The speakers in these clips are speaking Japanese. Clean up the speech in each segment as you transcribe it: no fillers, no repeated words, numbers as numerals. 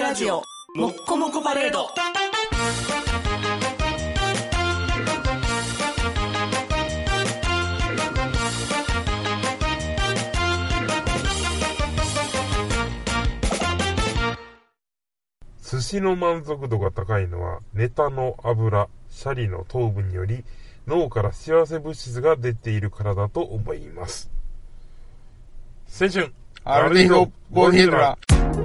ラジオもっこもこパレード。 寿司の満足度が高いのはネタの脂、シャリの糖分により脳から幸せ物質が出ているからだと思います。青春アルデヒドボディドラ。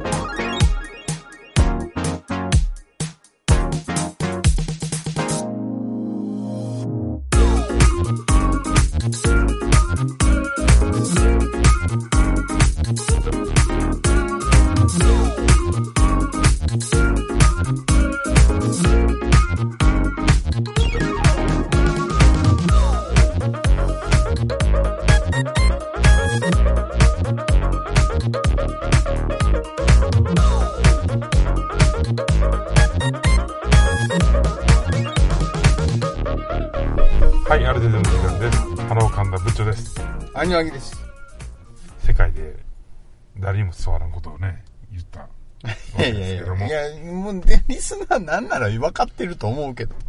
はい、アルデヒドの時間です。鼻を噛んだ部長です。 アニワギです。 世界で誰にも伝わらんことをね言ったわけですけども、 いやもうリスナーなんなら分かってると思うけど、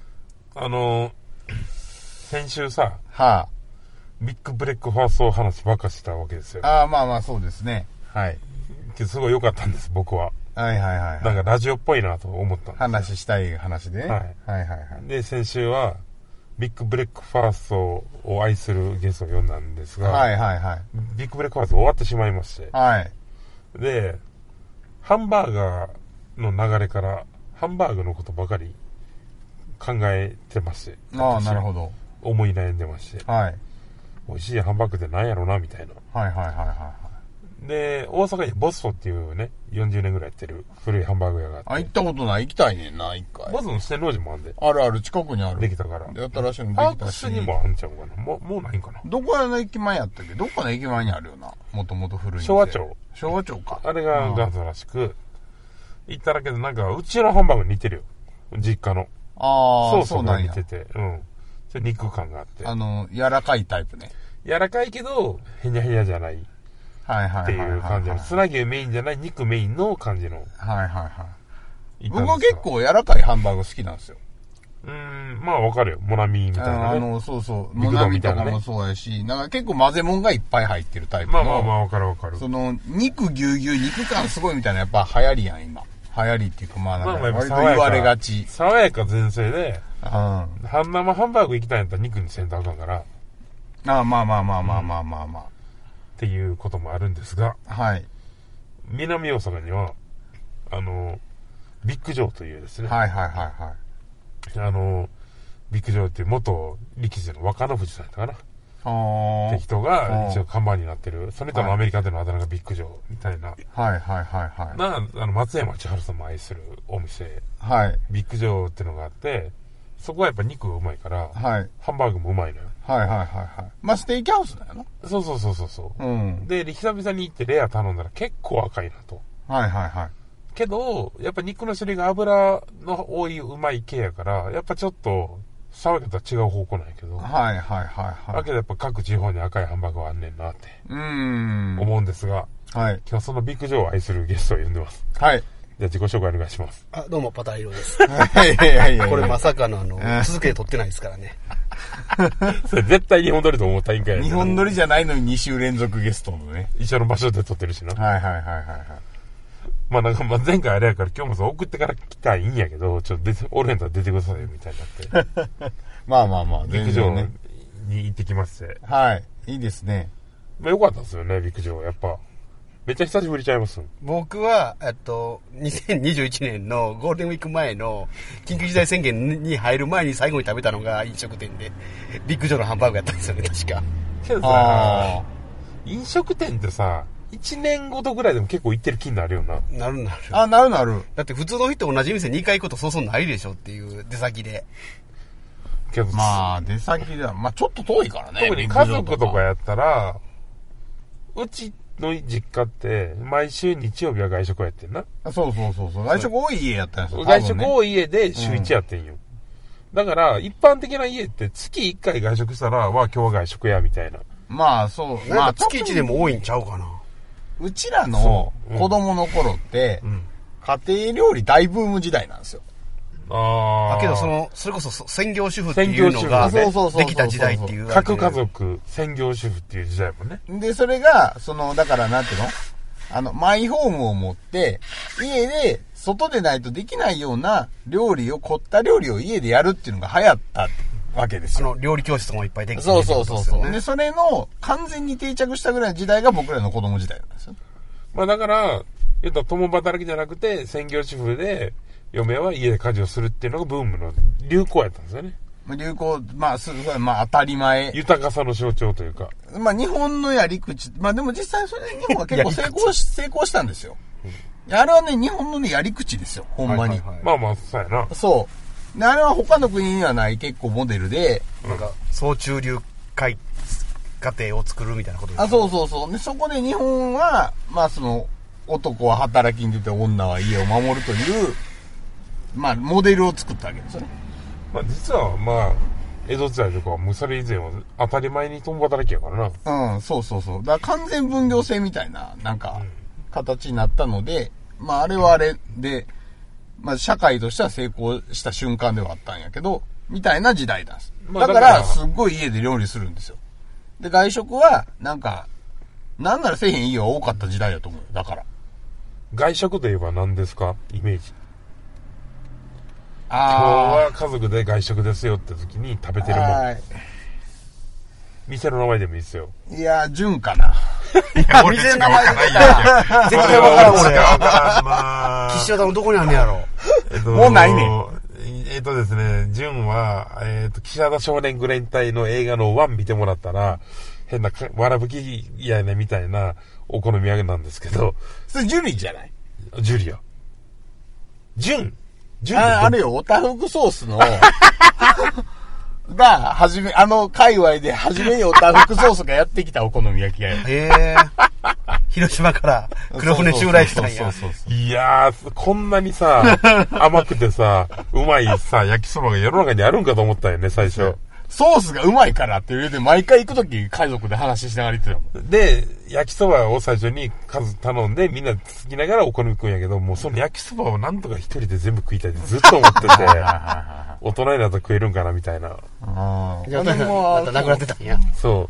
先週さ、ビッグブレックファースト話ばっかしたわけですよ。 まあそうですね。はい。 すごい良かったんです、僕は。 はい。 なんかラジオっぽいなと思ったんです。 話したい話でね。はい。 で、先週はビッグブレックファーストを愛するゲストを呼んだんですが、 はい。 ビッグブレックファースト終わってしまいまして、 はい。 で、ハンバーガーの流れからハンバーグのことばかり考えてまして、 なるほど。 思い悩んでまして、 はい。 美味しいハンバーグって何やろなみたいな。 はい。 で、大阪にボストっていうね、40年ぐらいやってる古いハンバーグ屋があって。 行ったことない。行きたいねんな、一回。 ボストの四天王寺もあんで。 ある、近くにある。 できたから。 やったらしいのできたし。 パークスにもあんちゃうかな。もうないんかな。 どこの駅前やったっけ？どっかの駅前にあるよな。もともと古い。 昭和町か。 あれが元祖らしく、行っただけどなんか、うちのハンバーグに似てるよ。実家の。ソースが似てて。それ肉感があって。 柔らかいタイプね。 柔らかいけど、へにゃへにゃじゃない。っていう感じの。つなぎメインじゃない肉メインの感じの。 僕は結構柔らかいハンバーグ好きなんですよ。 まあわかるよ。モナミみたいなね。 そう。モナミとかもそうやし、なんか結構混ぜ物がいっぱい入ってるタイプの。 まあわかる。 その、肉感すごいみたいなやっぱ流行りやん、今。流行りっていうか、まあなんか割と言われがち。 爽やか全盛で、半生ハンバーグ行きたいんやったら肉にせんとあかんから。 まあ。 っていうこともあるんですが、 はい。 南大阪には、ビッグジョーというですね。 はい。 ビッグジョーっていう元力士の若野富士さんやったかな。って人が一応看板になってる。その人のアメリカでのあだ名がビッグジョーみたいな。 はい。 松山千春さんも愛するお店。 はい。 ビッグジョーってのがあって、そこはやっぱ肉がうまいから、 はい。 ハンバーグもうまいのよ。 はい。まあ、ステーキハウスだよな。 そう。で、久々に行ってレア頼んだら結構赤いなと。 はい。 けど、やっぱ肉の種類が油の多いうまい系やから、やっぱちょっと、爽やかとは違う方向なんやけど。 はい。 だけどやっぱ各地方に赤いハンバーグはあんねんなって。思うんですが、 はい。 今日そのビッグジョーを愛するゲストを呼んでます。 はい。 じゃあ自己紹介お願いします。 どうも、パターヒロです。 いやこれまさかの続けて撮ってないですからね。 それ絶対日本撮りと思ったんかい。 日本撮りじゃないのに2週連続ゲストのね。 一緒の場所で撮ってるしな。 はい。 まあなんか前回あれやから今日もさ送ってから来たいんやけど、ちょっとおるへんと出てくださいよみたいになって。 まあ。 ビッグジョーに行ってきまして。 はい。いいですね。 まあよかったですよね、ビッグジョー。やっぱ。めっちゃ久しぶりちゃいます。 僕は、2021年のゴールデンウィーク前の緊急事態宣言に入る前に最後に食べたのが飲食店で、ビッグジョーのハンバーグやったんですよね、確か。 けどさ、飲食店ってさ、1年ごとぐらいでも結構行ってる気になるよな。 なる。 なる。 だって普通の人同じ店2回行くことそうそうないでしょっていう出先で。 けどまあ、出先では、まあちょっと遠いからね。 特に家族とかやったら、うちの実家って、毎週日曜日は外食やってんな。 そう。外食多い家やったんですよ。 外食多い家で週1やってんよ。だから、一般的な家って月1回外食したら、今日は外食や、みたいな。 まあ、そう。 まあ、月1でも多いんちゃうかな。 うちらの子供の頃って、 家庭料理大ブーム時代なんですよ。 ああ。 けどそれこそ専業主婦っていうのができた時代っていう。 各家族専業主婦っていう時代もね。 で、それが、だからなんていうの？マイホームを持って、家で、外でないとできないような凝った料理を家でやるっていうのが流行ったわけですよ。 料理教室もいっぱいできてそう。で、それの完全に定着したぐらいの時代が僕らの子供時代なんですよ。 まあだから、共働きじゃなくて、専業主婦で、嫁は家で家事をするっていうのがブームの流行やったんですよね。 流行、まあ当たり前。 豊かさの象徴というか。 まあ日本のやり口、まあでも実際それで日本は結構成功したんですよ。あれはね、日本のね、やり口ですよ、ほんまに。 まあまあ、そうやな。 そう。で、あれは他の国にはない結構モデルで、 なんか、総中流家庭を作るみたいなことですね。そう。で、そこで日本は、まあ男は働きに出て女は家を守るという、まあ、モデルを作ったわけですよね。 まあ実は、まあ、江戸時代とかはもうそれ以前は当たり前に共働きやからな。そう。だから完全分業制みたいな、なんか、形になったので、まああれはあれで、まあ社会としては成功した瞬間ではあったんやけど、みたいな時代なんです。だからすっごい家で料理するんですよ。で、外食は、なんか、なんならせえへん家が多かった時代だと思うよ。だから。 外食といえば何ですか？イメージ。今日は家族で外食ですよって時に食べてるもん。店の名前でもいいですよ。 いや、純かな。 いや、店の名前で絶対わからん俺。岸田さんどこにあんねやろ。 もうないねん。 ですね、純は、岸田少年グレン隊の映画の1見てもらったら、変な、わらぶきやねみたいなお好み焼きなんですけど。 それジュリーじゃない？ ジュリア。純あれよ、おたふくソースの、が、界隈で初めにおたふくソースがやってきたお好み焼き屋や。 広島から黒船襲来したんや。 いやー、こんなにさ、甘くてさ、うまいさ、焼きそばが世の中にあるんかと思ったよね、最初。 ソースがうまいからっていうで、毎回行くとき家族で話しながら行ってたもん。 で、焼きそばを最初に数頼んで、みんなつきながらお好み食うんやけど、もうその焼きそばをなんとか一人で全部食いたいってずっと思ってて、大人になったら食えるんかなみたいな。 じゃあ、またなくなってたんや。 そう。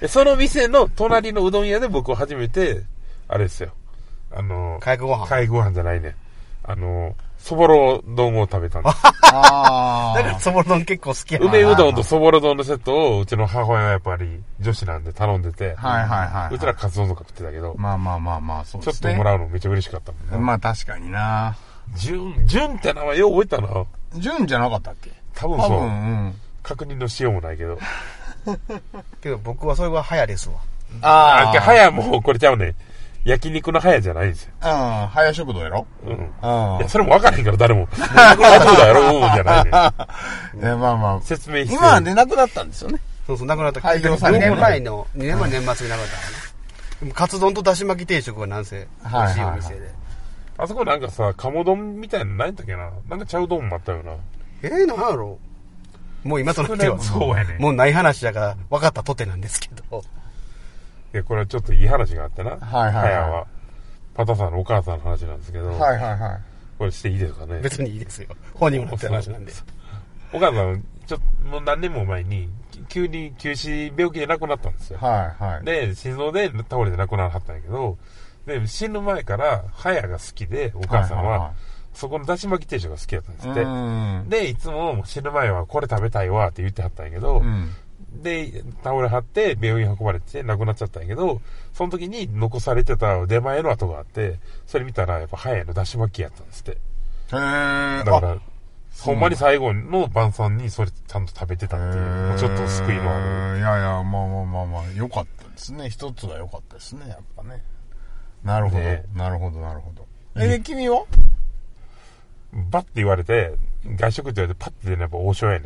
その店の隣のうどん屋で僕は初めて、あれですよ。 かやくご飯。 かやくご飯じゃないね。そぼろ丼を食べたんです。 だからそぼろ丼結構好きやな。 梅うどんとそぼろ丼のセットをうちの母親はやっぱり女子なんで頼んでて。うちらカツ丼とか食ってたけど。 まあ、そうですね。 ちょっともらうのめっちゃ嬉しかったもんね。 まあ確かにな。 純って名前よう覚えたな。 純じゃなかったっけ？ 多分そう。確認のしようもないけど。 けど僕はそれは早ですわ。 早もうこれちゃうね。焼肉の早じゃないんですよ。 早食堂やろ？ いや、それも分からへんから誰も。早食堂やろじゃないね。 まあ。 説明して。 今はね、なくなったんですよね。 そう、なくなった。 廃業されて2年前年末になかったからね。カツ丼とだし巻き定食はなんせ美味しいお店で。 あそこなんかさ、鴨丼みたいなの何やったっけな？なんかちゃう丼もあったよな。 なんやろう。もう今となっては。 そうやね。 もうない話だから分かったとてなんですけど。 いや、これはちょっといい話があってな。早は。パタさんのお母さんの話なんですけど。これしていいですかね？ 別にいいですよ。本人もなって話なんで。 お母さん、もう何年も前に、急に急死病気で亡くなったんですよ。で、心臓で倒れて亡くならはったんやけど、で、死ぬ前から、早が好きで、お母さんは、そこのだし巻き定食が好きだったんですって。で、いつも死ぬ前はこれ食べたいわって言ってはったんやけど、で、倒れはって病院運ばれて亡くなっちゃったんやけど、その時に残されてた出前の跡があって、それ見たらやっぱ早のだし巻きやったんですって。だから、ほんまに最後の晩餐にそれちゃんと食べてたっていう、もうちょっと救いのある。 いや、まあ、良かったですね。一つは良かったですね、やっぱね。なるほど。君はバッて言われて、外食って言われてパッて出るのやっぱ王将やねん。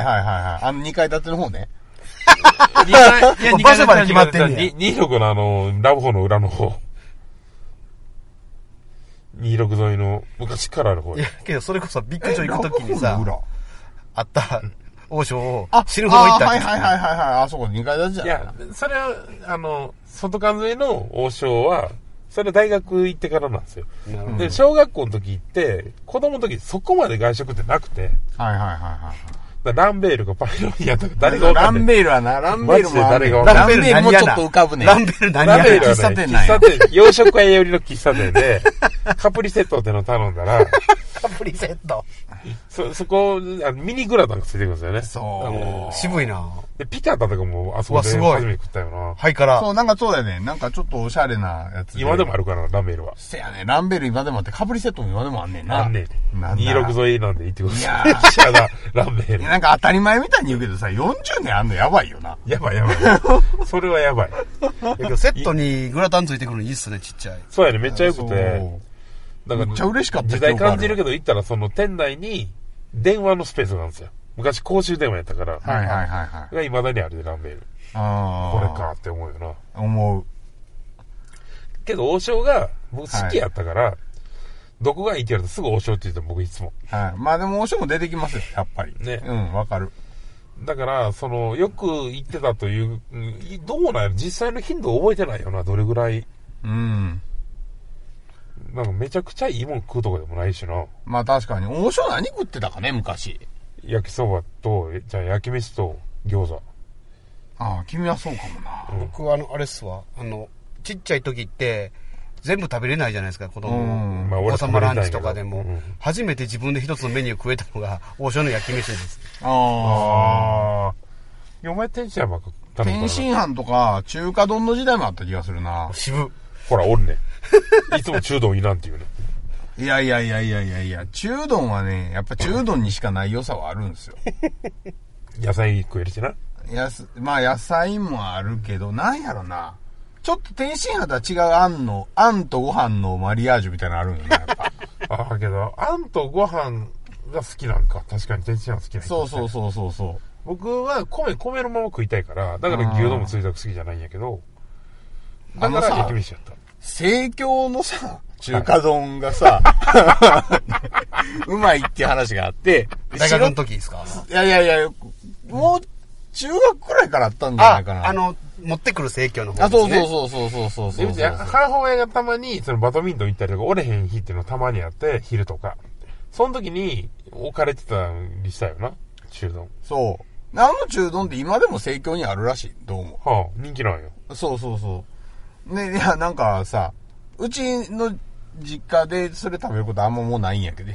2階建ての方ね。 いや、場所まで決まってんねん。 26のラブホの裏の方。26沿いの昔からある方。 いや、けどそれこそビッグジョー行くときにさ、あった王将を死ぬほど行った。 あそこ2階建てじゃん。 いや、それは、外関西の王将は、 それ大学行ってからなんですよ。 なるほど。 で、小学校の時行って、子供の時そこまで外食ってなくて、 はいはいはいはい。 ランベールかパイロニアとか誰がわかんない。 ランベールはな、ランベールもあるねん。 マジで誰がわかんランベールもちょっと浮かぶねん。 ランベール何やランベールはね、 喫茶店なんや喫茶店、洋食屋寄りの喫茶店で、カプリセットってのを頼んだら、 カプリセット。 そこ、ミニグラタンがついてくるんですよね。 そう。 渋いな。 で、ピカタとかもあそこで初うわすごいめて食ったよな。 はいから。 そう、なんかそうだよね。なんかちょっとおしゃれなやつ。 今でもあるからな、ランベールは。 せやね。ランベール今でもあって、カプリセットも今でもあんねんな。 あんねん。 なんだ 26沿いなんで行ってくだいやさい。 ーシャダ、ランベール。 なんか当たり前みたいに言うけどさ、40年あんのやばいよな。 やばいやばい。それはやばい。 だけどセットにグラタンついてくるのいいっすね、ちっちゃい。 そうやね、めっちゃ良くて。 そうめっちゃ嬉しかった時代感じるけど、行ったらその店内に電話のスペースがあるんですよ。昔公衆電話やったから。 はいはいはいはい。 が未だにあるで、ランベール。 ああ。 これかって思うよな。 思う。 けど王将が僕好きやったから、どこがいいって言われたらすぐ王将って言って僕いつも。 はい。まあでも、王将も出てきますよ、やっぱり。 ねうん、わかる。 だから、よく行ってたという、どうなんやろ実際の頻度覚えてないよな、どれぐらい。 うん。 なんかめちゃくちゃいいもん食うとこでもないしな。 まあ確かに。王将何食ってたかね、昔。 焼きそばと、じゃあ焼き飯と餃子。 ああ、君はそうかもな。 僕はあれっすわ。ちっちゃい時って、全部食べれないじゃないですか、子供も。 まあお子様ランチとかでも、 うん初めて自分で一つのメニュー食えたのが、王将の焼き飯です。 ああ。 お前天津飯ばっか頼むから天津飯とか、中華丼の時代もあった気がするな。 渋。 ほら、おるね。いつも中丼いらんっていうね。 いや、中丼はね、やっぱ中丼にしかない良さはあるんですよ。 野菜食えるしな。 まあ野菜もあるけど、なんやろな。ちょっと天津飯とは違うあんとご飯のマリアージュみたいなのあるんよな、やっぱ。 ああ、けど、あんとご飯が好きなんか。確かに天津飯好きなんそう。 僕は米のまま食いたいから、だから牛丼もついたく好きじゃないんやけど、だから焼き飯やった。 生協のさ、中華丼がさ、うまいっていう話があって、 大学の時ですか？ いや、もう中学くらいからあったんじゃないかな。 持ってくる生協の方あ、 ですね。 そう。 で、うち母親がたまに、バドミントン行ったりとか、折れへん日っていうのたまにあって、昼とか。その時に置かれてたりしたよな、中丼。 そう。あの中丼って今でも生協にあるらしい、どうも。 はあ、人気なんよ。 そう。ね、いや、なんかさ、うちの実家でそれ食べることあんまもうないんやけど、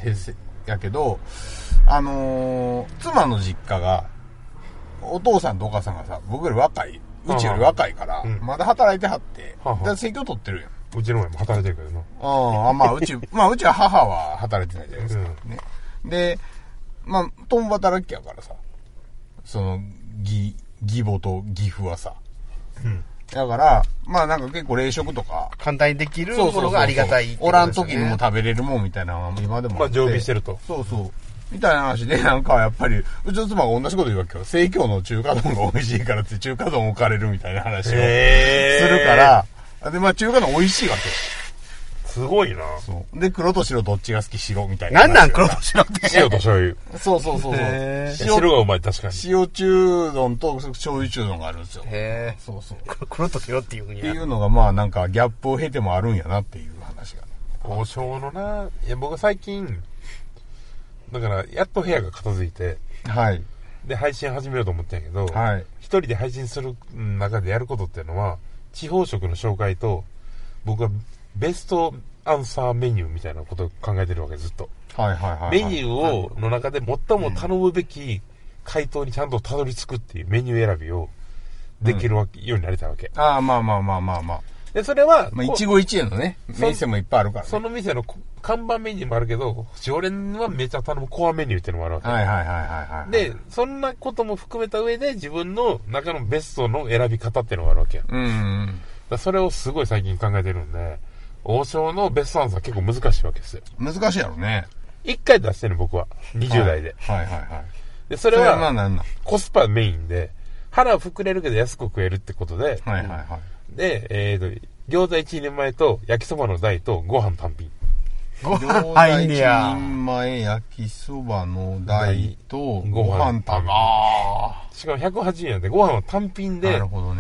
妻の実家が、お父さんとお母さんがさ、僕より若い、うちより若いから、まだ働いてはって、で、生協取ってるやん。 うちの親も働いてるけどな。 うちは母は働いてないじゃないですか。ね。で、共働きやからさ、義母と義父はさ。だから、なんか結構冷食とか。 簡単にできるものがありがたいってことですよね。 おらん時にも食べれるもんみたいなのが今でもあって。 常備してると。 そう。みたいな話で、なんかやっぱり、うちの妻が同じこと言うわけよ。生協の中華丼が美味しいからって中華丼置かれるみたいな話をするから、で、中華丼美味しいわけよ。 すごいな。 そう。で、黒と白どっちが好き白みたいな。 なん黒と白って。 塩と醤油。 そう。 白がうまい、確かに。 塩中丼と醤油中丼があるんですよ。 へえ。 そう。 黒と白っていうふうに。 っていうのがなんかギャップを経てもあるんやなっていう話がね。 王将のな、いや、僕最近、だから、やっと部屋が片付いて、 はい。 で、配信始めようと思ったんやけど、 はい。 一人で配信する中でやることっていうのは、地方食の紹介と、僕はベストアンサーメニューみたいなことを考えてるわけ、ずっと。 はい。 メニューの中で最も頼むべき回答にちゃんとたどり着くっていうメニュー選びをできるようになりたいわけ。 ああ、まあ。 で、それは、 一期一会のね、店もいっぱいあるからね。 その店の看板メニューもあるけど、常連はめちゃ頼むコアメニューっていうのもあるわけ。 はい。 で、そんなことも含めた上で自分の中のベストの選び方っていうのがあるわけや。それをすごい最近考えてるんで、王将のベストアンサー結構難しいわけですよ。 難しいやろね。 一回出してる僕は。20代で。 はい。 で、それは、 なんコスパメインで、腹は膨れるけど安く食えるってことで、 はい。 で、餃子一人前と焼きそばの台とご飯単品。 餃子一人前焼きそばの台とご飯単品。 しかも180円でご飯は単品で、 なるほどね。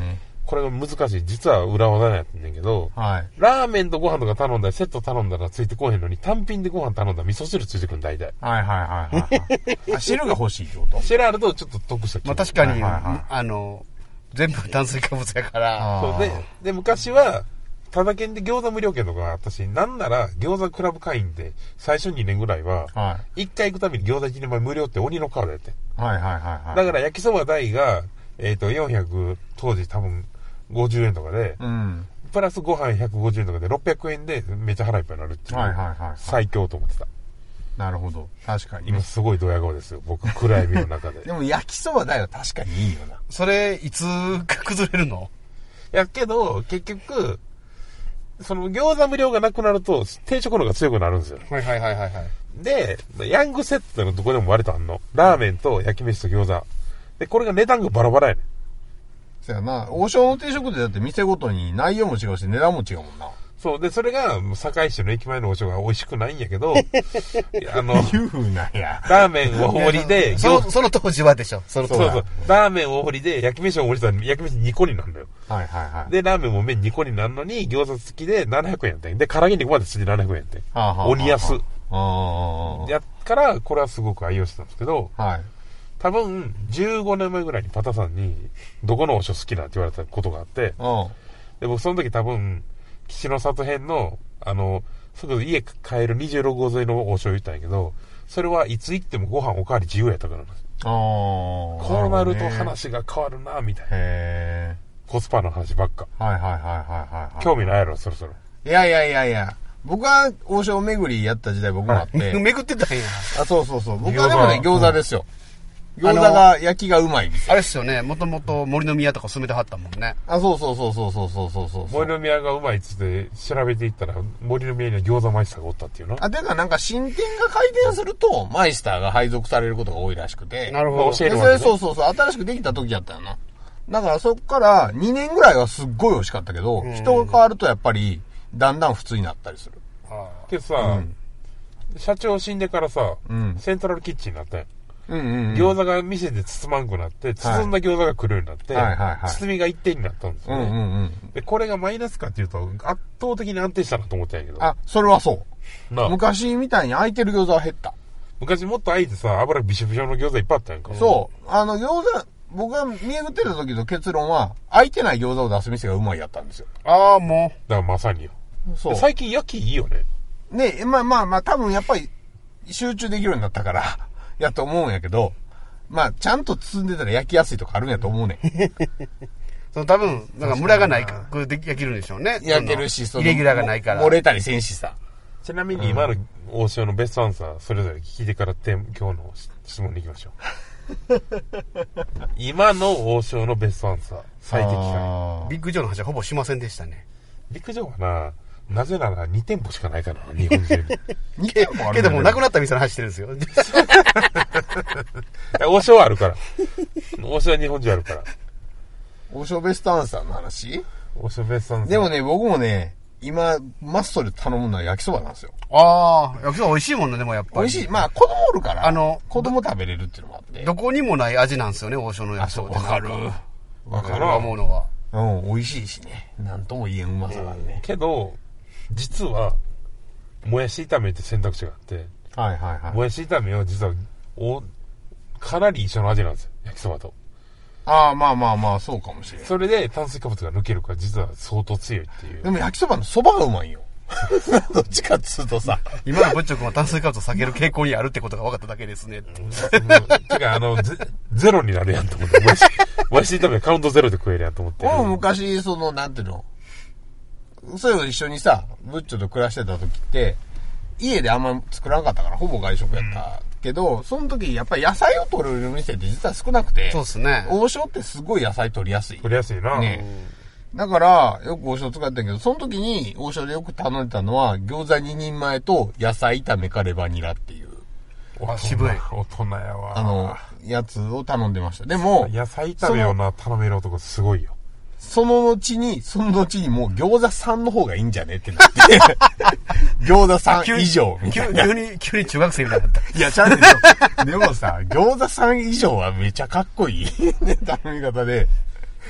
これが難しい。実は裏技なんやってんねんけど、 はい。 ラーメンとご飯とか頼んだり、セット頼んだらついてこへんのに、単品でご飯頼んだら味噌汁ついてくるん大体。 はいはいはいはい。あ、汁が欲しいってこと汁あるとちょっと得した気分。 まあ確かに、 はいはいは全部炭水化物やから、 そうで、昔は、ただ券で餃子無料券とか、私、なんなら餃子クラブ会員で、最初2年ぐらいは、 は 1回行くたびに餃子1年前無料って鬼のカードやって。 い。はいはいはいはい。 だから焼きそば代が、400、当時多分50円とかで、 うん。 プラスご飯150円とかで600円でめっちゃ腹いっぱいになるっていう。 はいはいはい。 最強と思ってた。 なるほど。確かに。 今すごいドヤ顔ですよ。僕、暗闇の中で。 でも焼きそばだよ確かにいいよな。 それ、いつ崩れるの？ やけど、結局、その餃子無料がなくなると、定食の方が強くなるんですよ。 はいはいはいはいはい。 で、ヤングセットのとこでも割とあんの。ラーメンと焼き飯と餃子。で、これが値段がバラバラやねん。 そやな。王将の定食でだって店ごとに内容も違うし値段も違うもんな。 そう。で、それが、堺市の駅前の王将が美味しくないんやけど、 言うなや。 ラーメン大盛りで、 その当時はでしょ。その当時は。 そうそう。ラーメン大盛りで、焼き飯大盛りしたら焼き飯2個になるのよ。 はいはいはい。 で、ラーメンも麺2個になるのに、餃子付きで700円やったんやで、唐揚げ2個まで付きで700円やってん。 はあはあはあ鬼安。 あやっから、これはすごく愛用してたんですけど、 あ。はい。 多分、15年前ぐらいにパタさんに、どこの王将好きなって言われたことがあって、 うん。 で、僕その時多分、岸の里編の、すぐ家帰る26号沿いの王将言ったんやけど、それはいつ行ってもご飯おかわり自由やったからなんです。 ああ。 こうなると話が変わるな、みたいな。 へコスパの話ばっか。 え。はいはいはいはいはい。 興味ないやろ、そろそろ。 いやいやいやいや。僕は王将巡りやった時代僕もあって。 巡ってたんや。 あ、そうそうそう。僕はでもね、餃子ですよ。餃子焼きがうまいですよ。 あれっすよね。もともと森の宮とか住めてはったもんね。 あ、そうそうそうそうそうそうそうそう。 森の宮がうまいっつって調べていったら、森の宮には餃子マイスターがおったっていうの。 あ、てかなんか新店が開店すると、マイスターが配属されることが多いらしくて。 なるほど。 教えるわけね。 でそれそうそうそう、新しくできた時やったよな。だからそっから2年ぐらいはすっごい美味しかったけど、人が変わるとやっぱり、だんだん普通になったりする。 けどさ、社長死んでからさ、 んセントラルキッチンになったやん。 うんうんうん。 餃子が店で包まんくなって、包んだ餃子が来るようになって、 はいはいはい包みが一定になったんですよね。 うんうんうん。 で、これがマイナスかっていうと、圧倒的に安定したなと思ったんやけど。 あ、それはそう。 なあ昔みたいに空いてる餃子は減った。 昔もっと空いてさ、油びしょびしょの餃子いっぱいあったやんか。 そう。餃子、僕が見えぐってた時の結論は、空いてない餃子を出す店がうまいやったんですよ。 ああ、もだからまさによ。 そうで。最近焼きいいよね。 ね、まあ、多分やっぱり集中できるようになったから、やと思うんやけど、まあ、ちゃんと包んでたら焼きやすいとかあるんやと思うねん。 その多分、なんかムラがないか、これで焼けるんでしょうね。 焼けるし、 イレギュラーがないから。 漏れたりせんしさ。 ちなみに今の王将のベストアンサー、それぞれ聞いてから今日の質問に行きましょう。今の王将のベストアンサー、最適解。 ビッグジョーの話はほぼしませんでしたね。 陸上はな、なぜなら2店舗しかないからな、日本中に。 2店舗あるけどもうなくなった店の話してるんですよ。 王将はあるから。王将は日本中あるから。 王将ベストアンサーの話王将ベストアンサー。 でもね、僕もね、今、マストで頼むのは焼きそばなんですよ。 ああ、焼きそば美味しいもんね、でもやっぱり。 美味しい。まあ、子供おるから、子供食べれるっていうのもあって。 どこにもない味なんですよね、王将の焼きそばって。 わかる。 わかる思うのは。 うん、美味しいしね。なんとも言えんうまさがあるね。 けど、実は、もやし炒めって選択肢があって、 はいはいはい。 もやし炒めは実は、かなり一緒の味なんですよ、焼きそばと。 ああ、まあまあまあ、そうかもしれん。 それで炭水化物が抜けるから実は相当強いっていう。 でも焼きそばのそばがうまいよ。どっちかっつうとさ。 今のブッチョ君は炭水化物を避ける傾向にあるってことが分かっただけですね。 てか、ゼロになるやんと思って。もやし炒めカウントゼロで食えるやんと思って。 俺も昔、なんていうの、それを一緒にさ、ブッチョと暮らしてた時って、家であんま作らなかったから、ほぼ外食やったけど、その時やっぱり野菜を取れる店って実は少なくて、 そうですね。 王将ってすごい野菜取りやすい。 取りやすいな。 ね。だから、よく王将使ってたけど、その時に王将でよく頼んでたのは、餃子2人前と野菜炒めかレバニラっていう、 渋い。 大人やわ。 やつを頼んでました。でも、 野菜炒めをな、頼める男すごいよ。 その後にもう餃子3の方がいいんじゃねってなって、餃子3以上みたいな。 急に中学生みたいになった。 いや、ちゃんと、でもさ、餃子3以上はめちゃかっこいいね、頼み方で。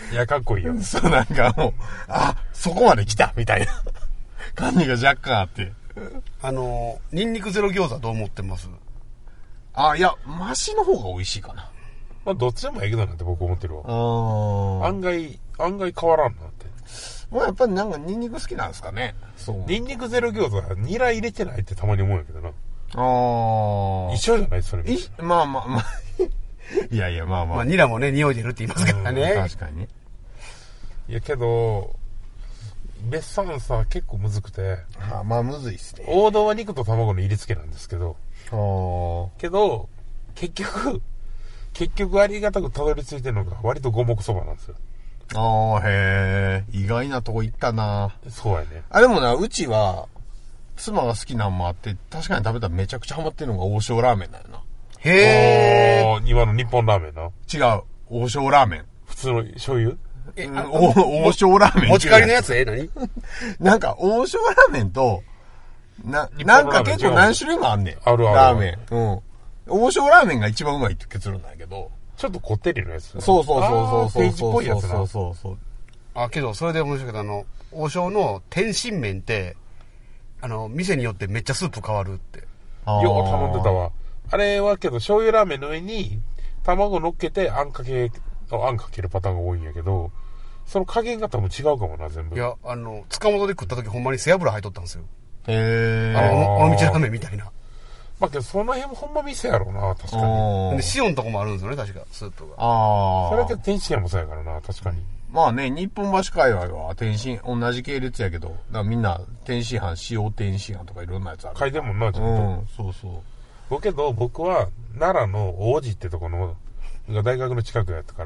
いや、かっこいいよ。 そう、なんかもう、あ、そこまで来たみたいな感じが若干あって。 ニンニクゼロ餃子どう思ってます？ あ、いや、マシの方が美味しいかな。 まあ、どっちでもええけどなって僕思ってるわ。案外変わらんなって。 もうやっぱりなんかニンニク好きなんですかね。そう。 ニンニクゼロ餃子はニラ入れてないってたまに思うんやけどな。一緒じゃないそれ。 まあまあまあ。いやいや、まあまあ。 まあ、ニラもね、匂い出るって言いますからね。 確かに。 いやけど、ベッサンサ結構むずくて。 まあむずいっすね。 王道は肉と卵の入れ付けなんですけど。けど、結局ありがたくたどり着いてるのが割と五目そばなんですよ。 へえ。意外なとこ行ったな。 そうやね。 でもな、うちは、妻が好きなんもあって、確かに食べたらめちゃくちゃハマってるのが王将ラーメンだよな。 へー。 今の日本ラーメンな。 違う。王将ラーメン。 普通の醤油？ 王将ラーメン。 持ち帰りのやつ何？ なんか、王将ラーメンと、なんか結構何種類もあんねん。 ある。 ラーメン。うん。王将ラーメンが一番うまいって結論なんやけど。 ちょっとこってりのやつ。 そう。 ページっぽいやつな。 そう。 けど、それで面白いけど、王将の天津麺って、店によってめっちゃスープ変わるって。 よう頼んでたわ。あれはけど、醤油ラーメンの上に、卵乗っけて、あんかけるパターンが多いんやけど、その加減が多分違うかもな、全部。 いや、塚本で食った時ほんまに背脂入っとったんですよ。 へー。 尾道ラーメンみたいな。 まあけど、その辺もほんま店やろうな、確かに。 で、塩のとこもあるんですよね、確か、スープが。 それだけど天津屋もそうやからな、確かに。 まあね、日本橋界隈は天津、同じ系列やけど、だからみんな天津飯、塩天津飯とかいろんなやつある。 書いてもんな、ちゃんと。そう。 けど、僕は、奈良の王子ってとこの、が大学の近くやったから、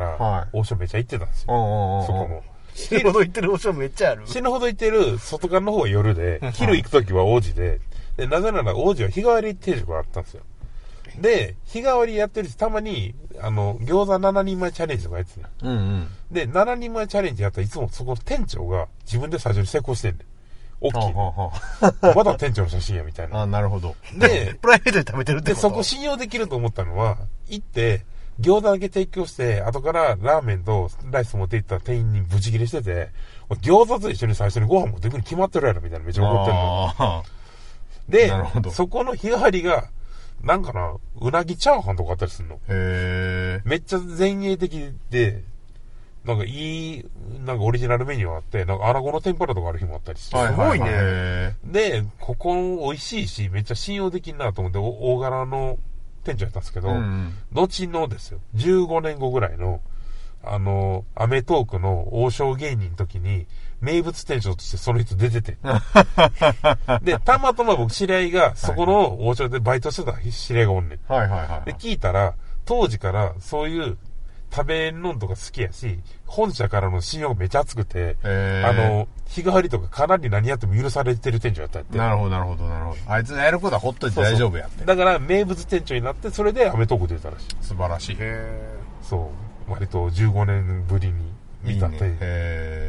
王将めっちゃ行ってたんですよ。そこも。 死ぬほど行ってる王将めっちゃある。 死ぬほど行ってる外側の方は夜で、昼行くときは王子で、なぜなら王子は日替わり定食があったんですよ。で、日替わりやってるし、たまに、餃子7人前チャレンジとかやってた。で、7人前チャレンジやったらいつもそこの店長が自分で最初に成功してんねん。大きい。まだ店長の写真やみたいな。 なるほど。 で、 プライベートで食べてるってこと？ で、そこ信用できると思ったのは、行って、餃子だけ提供して、後からラーメンとライス持って行った店員にブチ切れしてて、餃子と一緒に最初にご飯持ってくるに決まってるやろみたいなめっちゃ怒ってるの。で、そこの日替わりが、なんかな、うなぎチャーハンとかあったりするの。めっちゃ前衛的で、なんかなんかオリジナルメニューあって、なんか穴子の天ぷらとかある日もあったりして。 すごいね。 で、ここ美味しいし、めっちゃ信用できんなと思って、大柄の店長やったんですけど、後のですよ、15年後ぐらいの、アメトークの王将芸人の時に、名物店長としてその人出てて。で、たまたま僕知り合いが、そこの王将でバイトしてた知り合いがおんねん。で、聞いたら、当時からそういう食べんのんとか好きやし、本社からの信用がめちゃ熱くて、日替わりとかかなり何やっても許されてる店長やったって。 なるほど。あいつがやることはほっといて大丈夫やって。 だから名物店長になって、それでアメトーク出たらしい。 素晴らしい。 そう。割と15年ぶりに見たって。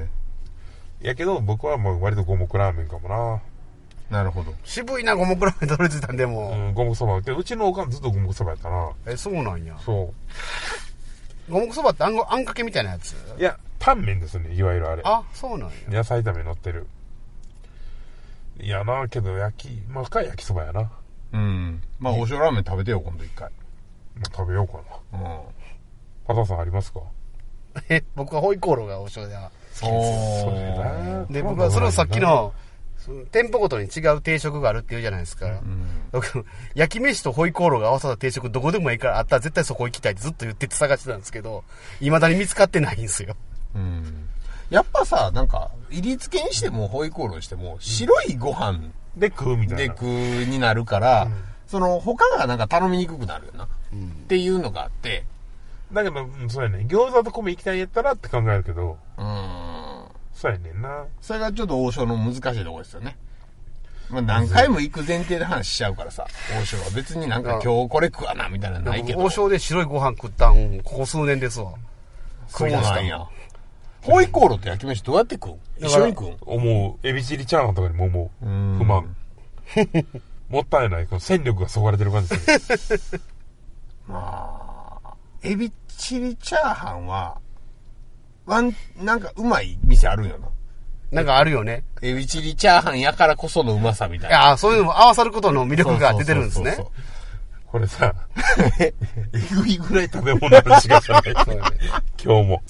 やけど、僕はもう割と五目ラーメンかもな。 なるほど。 渋いな、五目ラーメン取れてたんでも。 五目そば。うちのおかんずっと五目そばやったな。 そうなんや。 そう。 五目そばってあんかけみたいなやつ？ いや、タンメンですね、いわゆるあれ。 そうなんや。 野菜炒め乗ってる。いやな、けどまあ深い焼きそばやな。 まあ、王将ラーメン食べてよ、今度一回。 食べようかな。パタさんありますか？ 僕はホイコーローが王将では好きです。で、僕はそれをさっきの、店舗ごとに違う定食があるって言うじゃないですか。焼き飯とホイコーローが合わさった定食どこでもいいからあったら絶対そこ行きたいってずっと言って探してたんですけど、未だに見つかってないんですよ。 やっぱさ、なんか、入り付けにしてもホイコーローにしても、白いご飯で食うみたいな。 で食うになるから、他がなんか頼みにくくなるよな。っていうのがあって。 だけど、そうやね。餃子と米行きたいんやったらって考えるけど。そうやねんな。 それがちょっと王将の難しいところですよね。まあ何回も行く前提で話しちゃうからさ、王将は別になんか今日これ食わなみたいなのないけど。 王将で白いご飯食ったん、ここ数年ですわ。 そうなんや。ホイコーローって焼き飯どうやって食う？一緒に食う？ 思う。エビチリチャーハンとかにも思う。不満。もったいない。この戦力がそがれてる感じでする。 まあ、エビチリチャーハンは、 なんかうまい店あるんよな。 なんかあるよね。 エビチリチャーハンやからこそのうまさみたいな。 いや、そういうのも合わさることの魅力が出てるんですね。 そうこれさ、えぐいぐらい食べ物の話がじゃない今日も。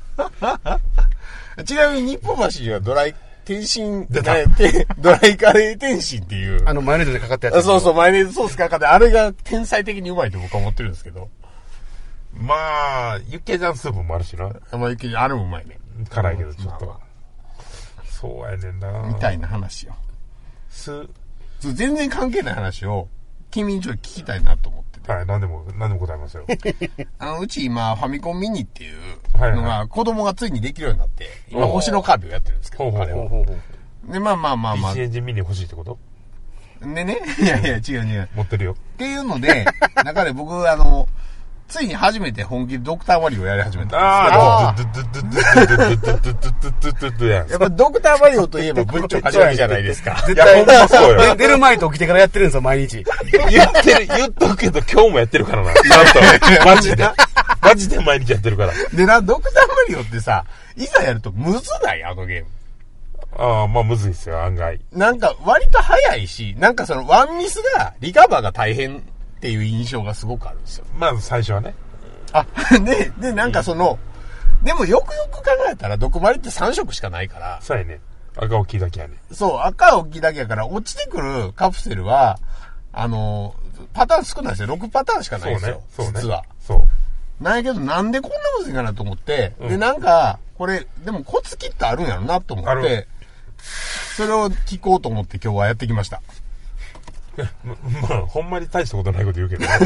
ちなみに日本橋にはドライカレー天津っていう。 マヨネーズでかかったやつ。 そうそう、マヨネーズソースかかって、あれが天才的にうまいと僕は思ってるんですけど。 まあ、ユッケジャンスープもあるしな。 あれもうまいね。 辛いけどちょっと。 まあそうやねんな。 みたいな話よ。全然関係ない話を、君にちょっと聞きたいなと思ってて。 はい、何でも答えますよ。 うち今、ファミコンミニっていうのはいはが、子供がついにできるようになって、今、星のカービィをやってるんですけど、あれは。で、まあ。 PC エンジンミニ欲しいってこと？ でね、いや、違う。 持ってるよ。 っていうので、中で僕、ついに初めて本気でドクターマリオをやり始めたんですけど、やっぱドクターマリオといえばブッチョ始まりじゃないですか。 絶対、そうよ。出る前と起きてからやってるんですよ、毎日。 言っとくけど今日もやってるからな。ちゃんと。マジで毎日やってるから。 でな、ドクターマリオってさ、いざやるとむずないあのゲーム。 ああ、まあむずいっすよ、案外。 なんか割と早いし、なんかそのワンミスが、リカバーが大変っていう印象がすごくあるんですよ。 まず最初はね。 で、なんかでもよくよく考えたら、毒針って3色しかないから。 そうやね。赤大きいだけやね。 そう、赤大きいだけやから、落ちてくるカプセルは、パターン少ないですよ。6パターンしかないんですよ。 そうね。 実は。 そう。 なんやけど、なんでこんなむずいかなと思って、で、なんか、これ、でもコツきっとあるんやろなと思って、それを聞こうと思って今日はやってきました。 まあ、ほんまに大したことないこと言うけどね。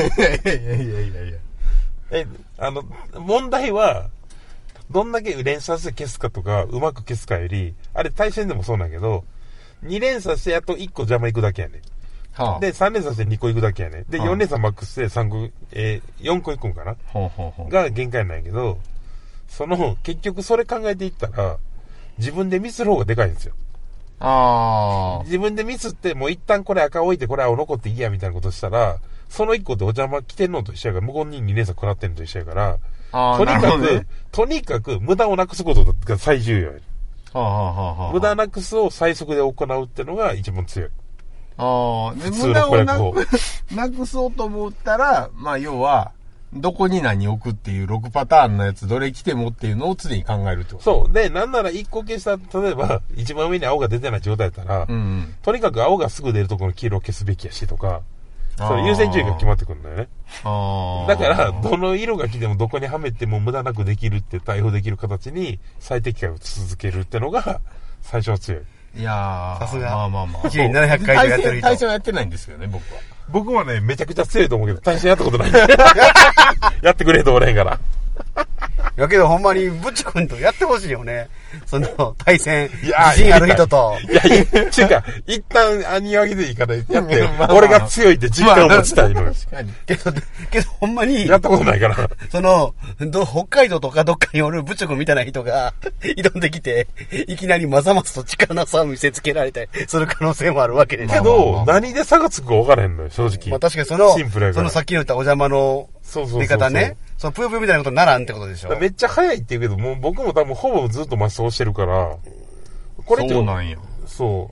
いや。 問題は、どんだけ連鎖して消すかとか、うまく消すかより、あれ対戦でもそうなんやけど、2連鎖してやっと1個邪魔いくだけやねん。はあ、で、3連鎖して2個いくだけやねん。で、4連鎖マックスで4個いくんかな、が限界なんやけど、結局それ考えていったら、自分でミスる方がでかいんですよ。自分でミスって、もう一旦これ赤置いてこれ青残っていいやみたいなことしたら、その1個でお邪魔来てんのと一緒やから、向こうに2連鎖食らってんのと一緒やから、とにかく無駄をなくすことが最重要や。無駄なくすを最速で行うってのが一番強い。 無駄をなくそうと思ったら、まあ要は、どこに何置くっていう6パターンのやつ、どれ来てもっていうのを常に考えるってこと。 そう。で、なんなら1個消した、例えば、一番上に青が出てない状態だったら、とにかく青がすぐ出るところの黄色を消すべきやしとか、それ優先順位が決まってくるんだよね。だから、どの色が来てもどこにはめても無駄なくできるって対応できる形に最適解を続けるってのが、最初は強い。 いやー、 さすが。 まあ。 1年700回以上やってる人。 対戦はやってないんですけどね、僕は。 僕はね、めちゃくちゃ強いと思うけど、対戦やったことない。やってくれとおれへんから。 やけどほんまに、ブッチ君とやってほしいよね。対戦、自信ある人と。 いや、ちゅうか、一旦兄上げでいいからやって、俺が強いって実感を持ちたいのよ。 けどほんまに、 やったことないから。 北海道とかどっかにおるブッチ君みたいな人が、挑んできて、いきなりまざまざと力の差を見せつけられたりする可能性もあるわけですけど、何で差がつくか分からへんのよ、正直。 まあ確かにシンプルやから。 さっきの言ったお邪魔の出方ね。ぷよぷよみたいなことにならんってことでしょ。 めっちゃ早いって言うけど、もう僕も多分ほぼずっとマス押してるから、 これって。そうなんや。 そう。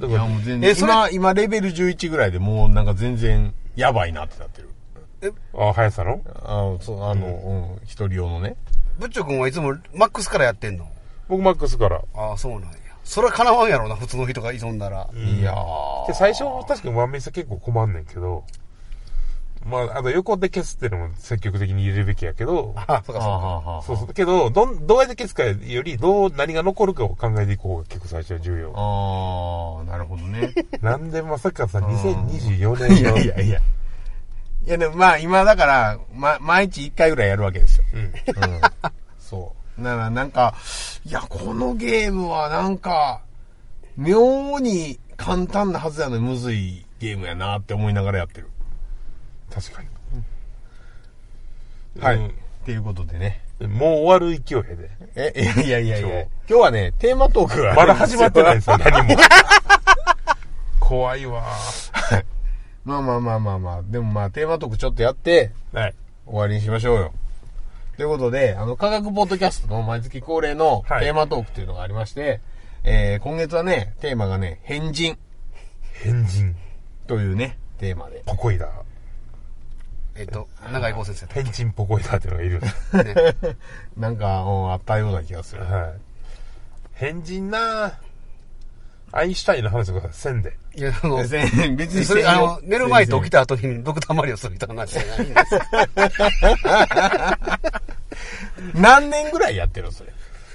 だからもう全然、今レベル11ぐらいでもうなんか全然やばいなってなってる。 速さの？ 一人用のね。 ブッチョ君はいつもマックスからやってんの？ 僕マックスから。 ああ、そうなんや。それは叶わんやろな、普通の人が挑んだら。 いやー。最初確かにワンメイさ結構困んねんけど、まあ、あと横で消すっていうのも積極的に入れるべきやけど、そうけど、どうやって消すかより、何が残るかを考えていく方が結構最初は重要。 なるほどね。 なんでまさかさ、2024年の。 いやでもまあ今だから、毎日1回ぐらいやるわけですよ。そう。だからなんか、いや、このゲームはなんか、妙に簡単なはずやのにむずいゲームやなって思いながらやってる。 確かに。 はい。っていうことでね。 もう終わる勢いで。 いや。今日はね、テーマトークがまだ始まってないんですよ、何も。怖いわ。 まあ。でもまあ、テーマトークちょっとやって、 はい。 終わりにしましょうよ。 ということで、科学ポッドキャストの毎月恒例のテーマトークっていうのがありまして、今月はね、テーマがね、変人。 変人。 というね、テーマで。 ポコイダ。 長井高先生。 変人ポコイダっていうのがいるんです。 ね、なんか、あったような気がする。 はい。変人なアインシュタインの話とかせんで。 いや、 別にそれ、寝る前と起きた後にドクターマリオするみたいな話じゃないんです。 何年ぐらいやってるのそれ。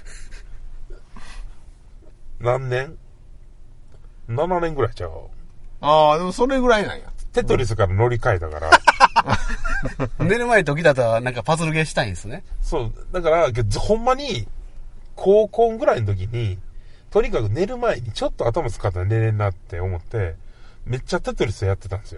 何年 ?7 年ぐらいちゃう。 ああ、でもそれぐらいなんや。 テトリスから乗り換えたから。 寝る前と起きた後はなんかパズルゲーしたいんですね。 そう。だから、ほんまに、高校ぐらいの時に、とにかく寝る前にちょっと頭使ったら寝れんなって思って、めっちゃテトリスやってたんですよ。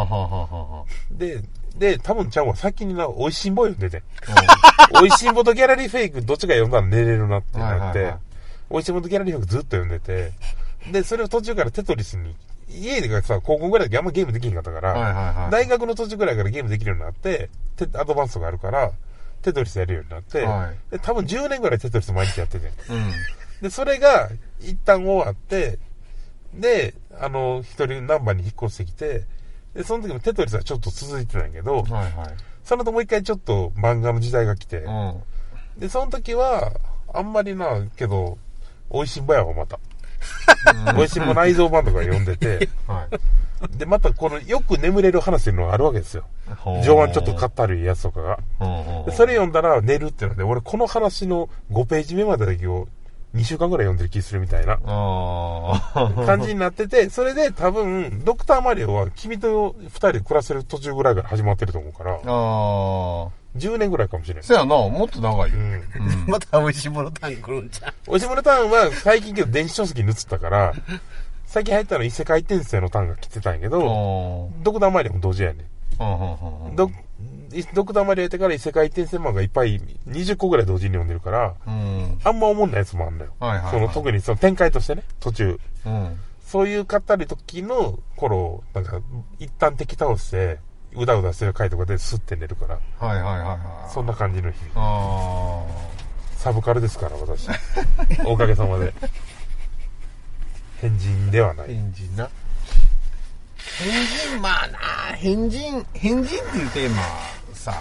で、多分ちゃんは先に美味しんぼ読んでて。美味しんぼとギャラリーフェイクどっちか読んだら寝れるなってなって、美味しんぼとギャラリーフェイクずっと読んでて、で、それを途中からテトリスに、家でさ、高校ぐらいであんまゲームできんかったから、大学の途中ぐらいからゲームできるようになって、アドバンスがあるから、テトリスやるようになって、で多分10年ぐらいテトリス毎日やってて。で、それが一旦終わって、で、一人ナンバーに引っ越してきて、で、その時もテトリスはちょっと続いてないけど、その後もう一回ちょっと漫画の時代が来て、で、その時は、あんまりな、けど、美味しんぼやわ、また。美味しんぼ内蔵版とか読んでて、で、またこの、よく眠れる話っていうのがあるわけですよ。上腕ちょっとかったるいやつとかが。でそれ読んだら寝るっていうので、俺この話の5ページ目までだけを2週間ぐらい読んでる気するみたいな感じになってて、それで多分、ドクターマリオは君と2人で暮らせる途中ぐらいから始まってると思うから、10年ぐらいかもしれない。 そうやな、もっと長いよ。 また美味しいものターン来るんちゃう。 美味しいものターンは最近けど電子書籍に移ったから、最近入ったの異世界転生のターンが来てたんやけど、ドクターマリオも同時やね。ドクターマリオやってから異世界転生漫画がいっぱい20個ぐらい同時に読んでるから、あんま思んないやつもあんのよ。特にその展開としてね、途中。そういうかったり時の頃、なんか一旦敵倒して、うだうだしてる回とかでスッて寝るから。そんな感じの日々。サブカルですから、私。おかげさまで。変人ではない。 変人な。変人、まあな、変人っていうテーマさ、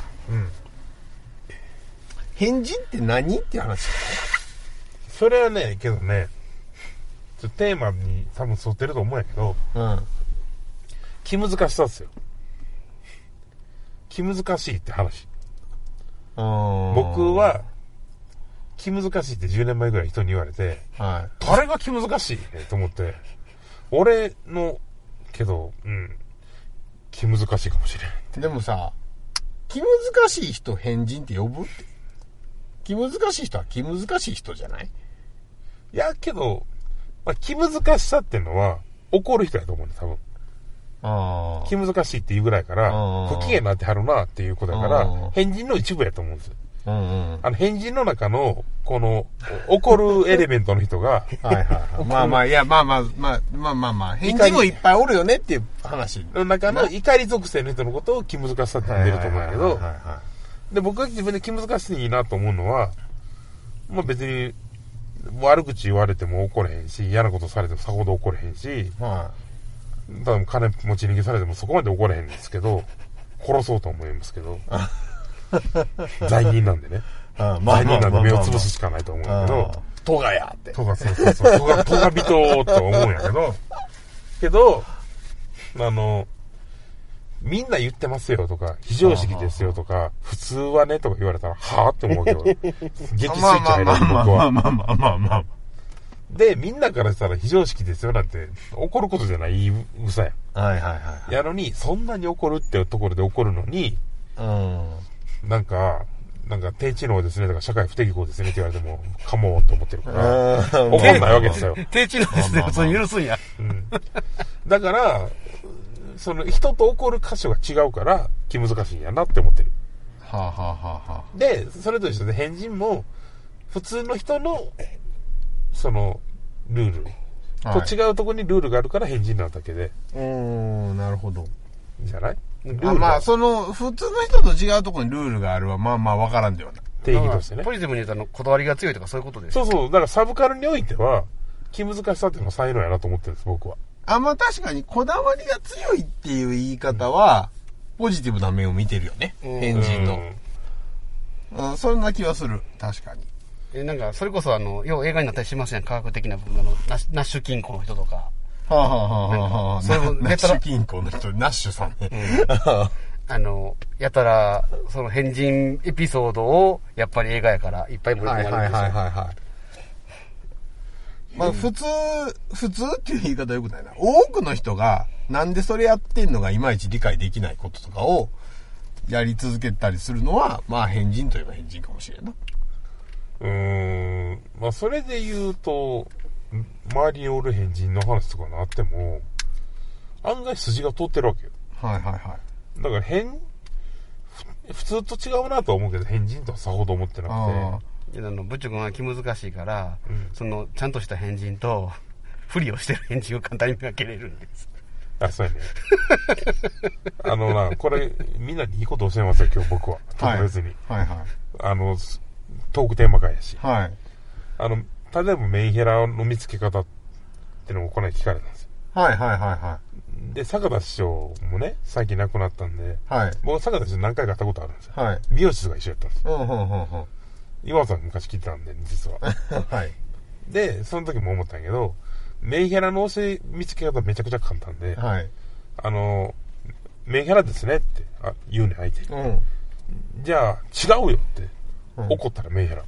変人って何っていう話だね。 それはね、けどね、テーマに多分沿ってると思うんやけど、気難しさっすよ。気難しいって話。僕は、気難しいって10年前ぐらい人に言われて、誰が気難しいと思って、俺の、けど、気難しいかもしれない。 でもさ、気難しい人変人って呼ぶって。気難しい人は気難しい人じゃない？ いや、けど、まあ、気難しさっていうのは、怒る人やと思うんだ、多分。気難しいっていうぐらいから、不機嫌になってはるなっていうことだから、変人の一部やと思うんですよ。変人の中の、この、怒るエレメントの人が、 変人もいっぱいおるよねっていう話。 の中の怒り属性の人のことを気難しさって呼んでると思うんだけど、で、僕が自分で気難しいなと思うのは、まあ別に、悪口言われても怒れへんし、嫌なことされてもさほど怒れへんし、多分金持ち逃げされてもそこまで怒れへんですけど、殺そうと思いますけど、罪人なんでね。罪人なんで目を潰すしかないと思うんだけど、 トガやって。 トガ人と思うんやけど、みんな言ってますよとか、非常識ですよとか、普通はねとか言われたら、はぁって思うけど、激スイッチ入る僕は。で、みんなからしたら非常識ですよなんて、怒ることじゃない言い草や。やのに、そんなに怒るっていうところで怒るのに、なんか低知能ですねとか、社会不適合ですねって言われても、かもと思ってるから、怒んないわけですよ。 低知能ですね、普通に許すんや。 だから、その人と怒る箇所が違うから気難しいんやなって思ってる。で、それと一緒で変人も普通の人のそのルールと違うところにルールがあるから変人なだけで。 なるほど。 じゃない？ まあその普通の人と違うところにルールがあるはまあまあわからんではない。 定義としてね。 ポジティブに言うとこだわりが強いとかそういうことです。 そうそう。だからサブカルにおいては、気難しさっていうのは才能やなと思ってるんです、僕は。 まあ確かにこだわりが強いっていう言い方は、ポジティブな面を見てるよね。変人の。そんな気はする。確かに。 なんか、それこそよう映画になったりしますやん、科学的な部分ナッシュ金庫の人とか。 はあ、はあはあ、ナッシュ金庫の人、ナッシュさんね。 やたら、その変人エピソードを、やっぱり映画やからいっぱい盛り込まれるんですよ。 はい。まあ普通っていう言い方はよくないな。多くの人がなんでそれやってんのがいまいち理解できないこととかをやり続けたりするのは、まあ変人といえば変人かもしれんな。 まあそれで言うと、周りにおる変人の話とかなっても、案外筋が通ってるわけよ。 はい。 だから普通と違うなとは思うけど、変人とはさほど思ってなくて。 ブッチョ君は気難しいから、ちゃんとした変人と、不利をしてる変人を簡単に見分けれるんです。 そうやね。これ、みんなにいいこと教えますよ、今日僕は。特別に。トークテーマ会やし。 はい。 例えばメンヘラの見つけ方ってのもこの間聞かれたんですよ。 はい。 で、坂田師匠もね、最近亡くなったんで、僕坂田師匠何回か会ったことあるんですよ。美容室が一緒やったんですよ。岩尾さん昔聞いてたんで、実は。で、その時も思ったんやけど、メンヘラの見つけ方めちゃくちゃ簡単で、メンヘラですねって言うね、相手に。じゃあ、違うよって、怒ったらメンヘラ。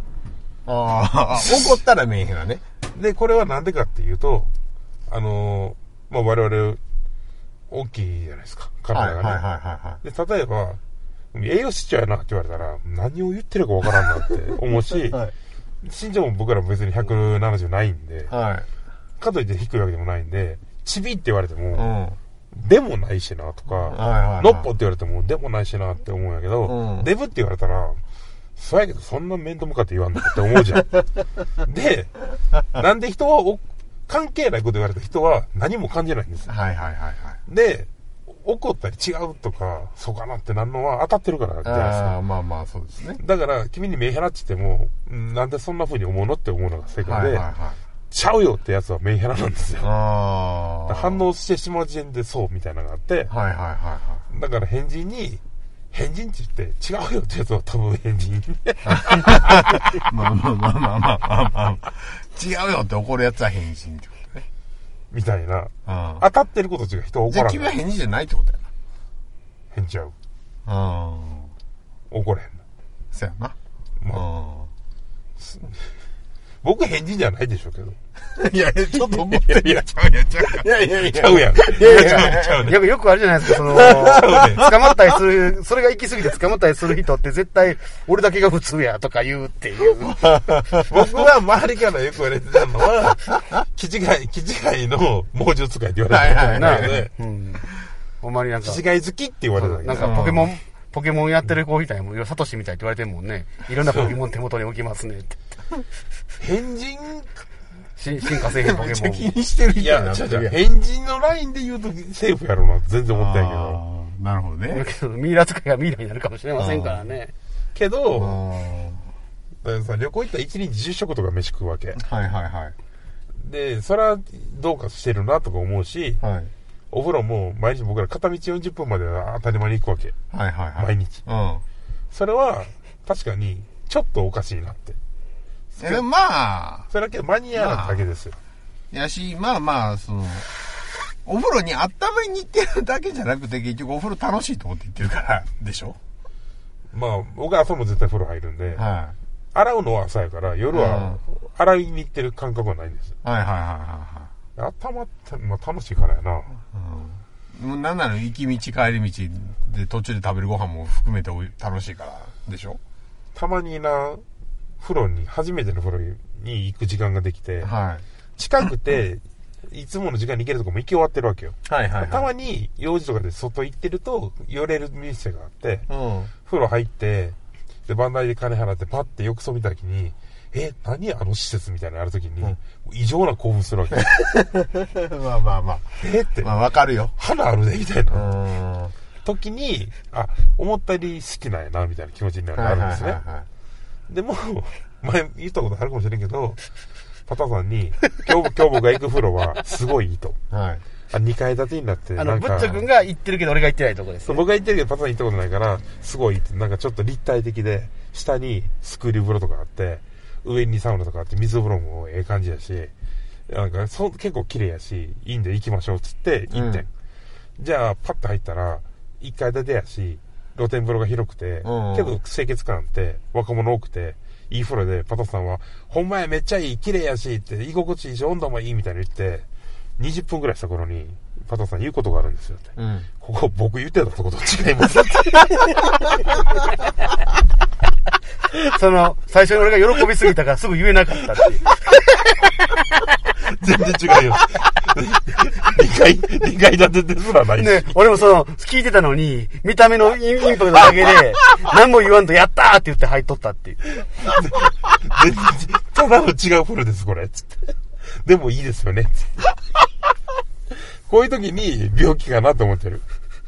怒ったらメンヘラね。 で、これはなんでかっていうと、まあ、我々、大きいじゃないですか、体がね。で、例えば、栄養失調やなって言われたら、何を言ってるかわからんなって思うし、身長も僕らも別に170ないんで、かといって低いわけでもないんで、チビって言われても、でもないしなとか、のっぽって言われても、でもないしなって思うんやけど、デブって言われたら、そうやけどそんな面と向かって言わんのかって思うじゃん。で、なんで人は関係ないこと言われた人は何も感じないんですよ。で、怒ったり違うとか、そうかなってなるのは当たってるからじゃないですか。 まあそうですね。 だから、君にメンヘラって言っても、なんでそんな風に思うのって思うのが正解で、ちゃうよってやつはメンヘラなんですよ。反応してしまう時点でそうみたいなのがあって、だから変人って言って違うよってやつは多分変人。 まあ。違うよって怒るやつは変人ってことね。 みたいな。当たってること違う人は怒らない。 じゃあ君は変人じゃないってことやな。 変ちゃう。怒れへんな。 そうやな。 僕変人じゃないでしょうけど。 いや、ちょっと思ってるやん。ちゃうやん。 ちゃうやん。 よくあるじゃないですか、捕まったりする、それが行き過ぎて捕まったりする人って絶対、俺だけが普通やとか言うっていう。 僕は周りからよく言われてたのは、気違いの猛獣使いって言われてたので、 ほんまになんか。 気違い好きって言われたなんかポケモンやってる子みたいもサトシみたいって言われてるもんね。いろんなポケモン手元に置きますねって。 変人進化せえへんポケモン。 めっちゃ気にしてる人やな。 変人のラインで言うとセーフやろうなって全然思ったんやけど。 なるほどね。 ミイラ使いがミイラになるかもしれませんからね。 けど、だからさ、旅行行ったら1日10食とか飯食うわけ。で、それはどうかしてるなとか思うし、お風呂も毎日僕ら片道40分までは当たり前に行くわけ。毎日。それは確かにちょっとおかしいなって。 でもまあ、 それだけマニアなだけですよ。 やし、まあ、お風呂に温めに行ってるだけじゃなくて、結局お風呂楽しいと思って行ってるからでしょ。まあ、僕は朝も絶対風呂入るんで、洗うのは朝やから、夜は洗いに行ってる感覚はないんですよ。頭って、まあ楽しいからやな。 なんなの行き道帰り道で途中で食べるご飯も含めて楽しいからでしょ。 たまにな、初めての風呂に行く時間ができて、近くて、いつもの時間に行けるとこも行き終わってるわけよ。たまに用事とかで外行ってると、寄れる店があって、風呂入って、で、番台で金払ってパッて浴槽見たときに、何あの施設みたいなのあるときに、異常な興奮するわけ。 まあ。 って。 まあわかるよ。 花あるね、みたいな。時に、思ったより好きなんやな、みたいな気持ちになるんですね。 でも、前言ったことあるかもしれんけど、パタさんに、今日僕が行く風呂はすごいいいと。 はい。 2階建てになって、 ブッチョ君が行ってるけど俺が行ってないとこです、 ね。僕が行ってるけどパタさん行ったことないから、すごいって、なんかちょっと立体的で、下にスクリュー風呂とかあって、上にサウナとかあって、水風呂もええ感じやし、なんか結構綺麗やし、いいんで行きましょうっつって行ってん。じゃあ、パッと入ったら、1階建てやし、露天風呂が広くて、けど清潔感あって、若者多くて、いい風呂で、パタさんは、ほんまやめっちゃいい、綺麗やし、って、居心地いいし、温度もいいみたいに言って、20分くらいした頃に、パタさん言うことがあるんですよって。ここ僕言ってたとこと違いますって。 最初に俺が喜びすぎたからすぐ言えなかったっていう。 全然違うよ。2階建てですらないし。 ね、俺も聞いてたのに、見た目のインパクトだけで、何も言わんとやったーって言って入っとったっていう。 全然、ただの違う風呂です、これ。つって。でもいいですよね。つって。こういう時に病気かなと思ってる。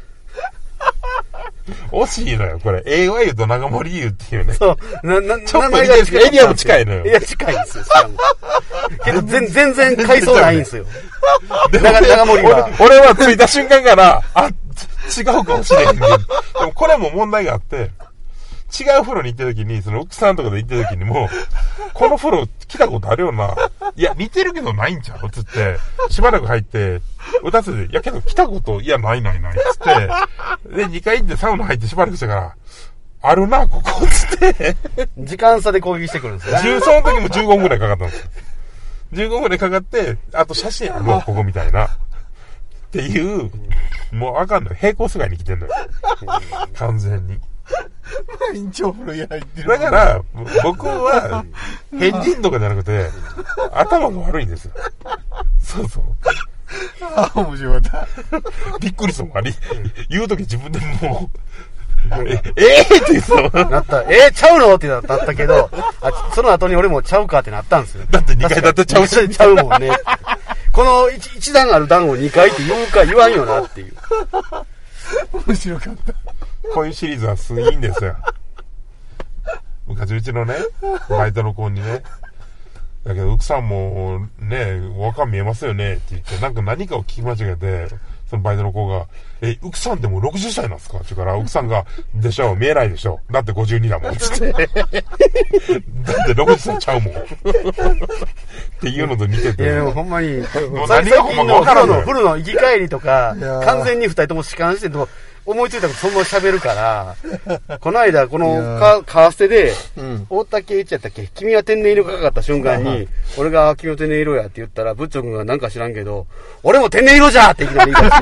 惜しいのよ、これ。英語言うと長森湯っていうね。 そう。 ちょっとエリアも近いのよ。 エリア近いんですよ、しかも。けど全然階層ないんですよ。長森は。 俺は着いた瞬間から、違うかもしれへんけど。でもこれも問題があって、違う風呂に行った時に、奥さんとかで行った時にも、この風呂来たことあるよな。いや、似てるけどないんちゃうつって、しばらく入って、歌ってて、いやけど来たこと、いや、ない、つって、で、2回行ってサウナ入ってしばらくしてから、あるな、ここ、つって。 時間差で攻撃してくるんですよ。 その時も15分くらいかかったんですよ。15分くらいかかって、あと写真あるわ、ここみたいな。っていう、もうあかんのよ。平行世界に来てんのよ。完全に。 毎日お風呂入ってる。 だから、僕は、変人とかじゃなくて、頭が悪いんですよ。そうそう。 面白かった。 びっくりしたもん、言うとき自分でもう、って言ってたなった。ちゃうのってなったけど、その後に俺もちゃうかってなったんですよ。 だって2階建てちゃうし。 ちゃうもんね。この一段ある段を2階って言うか言わんよなっていう。 面白かった。 こういうシリーズはいいんですよ。昔うちのね、バイトの子にね、だけど、奥さんもね、わかん見えますよねって言って、何かを聞き間違えて、そのバイトの子が、奥さんでも60歳なんですかって言うから、奥さんが、でしょ、見えないでしょ。だって52だもん。つって。だって60歳ちゃうもん。っていうのと似てて。 いや、でもほんまに、 何がほんまかわからんのよ。 風呂の行き帰りとか、完全に2人とも弛緩してと、思いついたことそのまま喋るから、この間、このカーステで、大竹一やったっけ君は天然色がかかった瞬間に、俺が君は天然色やって言ったら、ブッチョ君がなんか知らんけど、俺も天然色じゃっていきなり言い出して。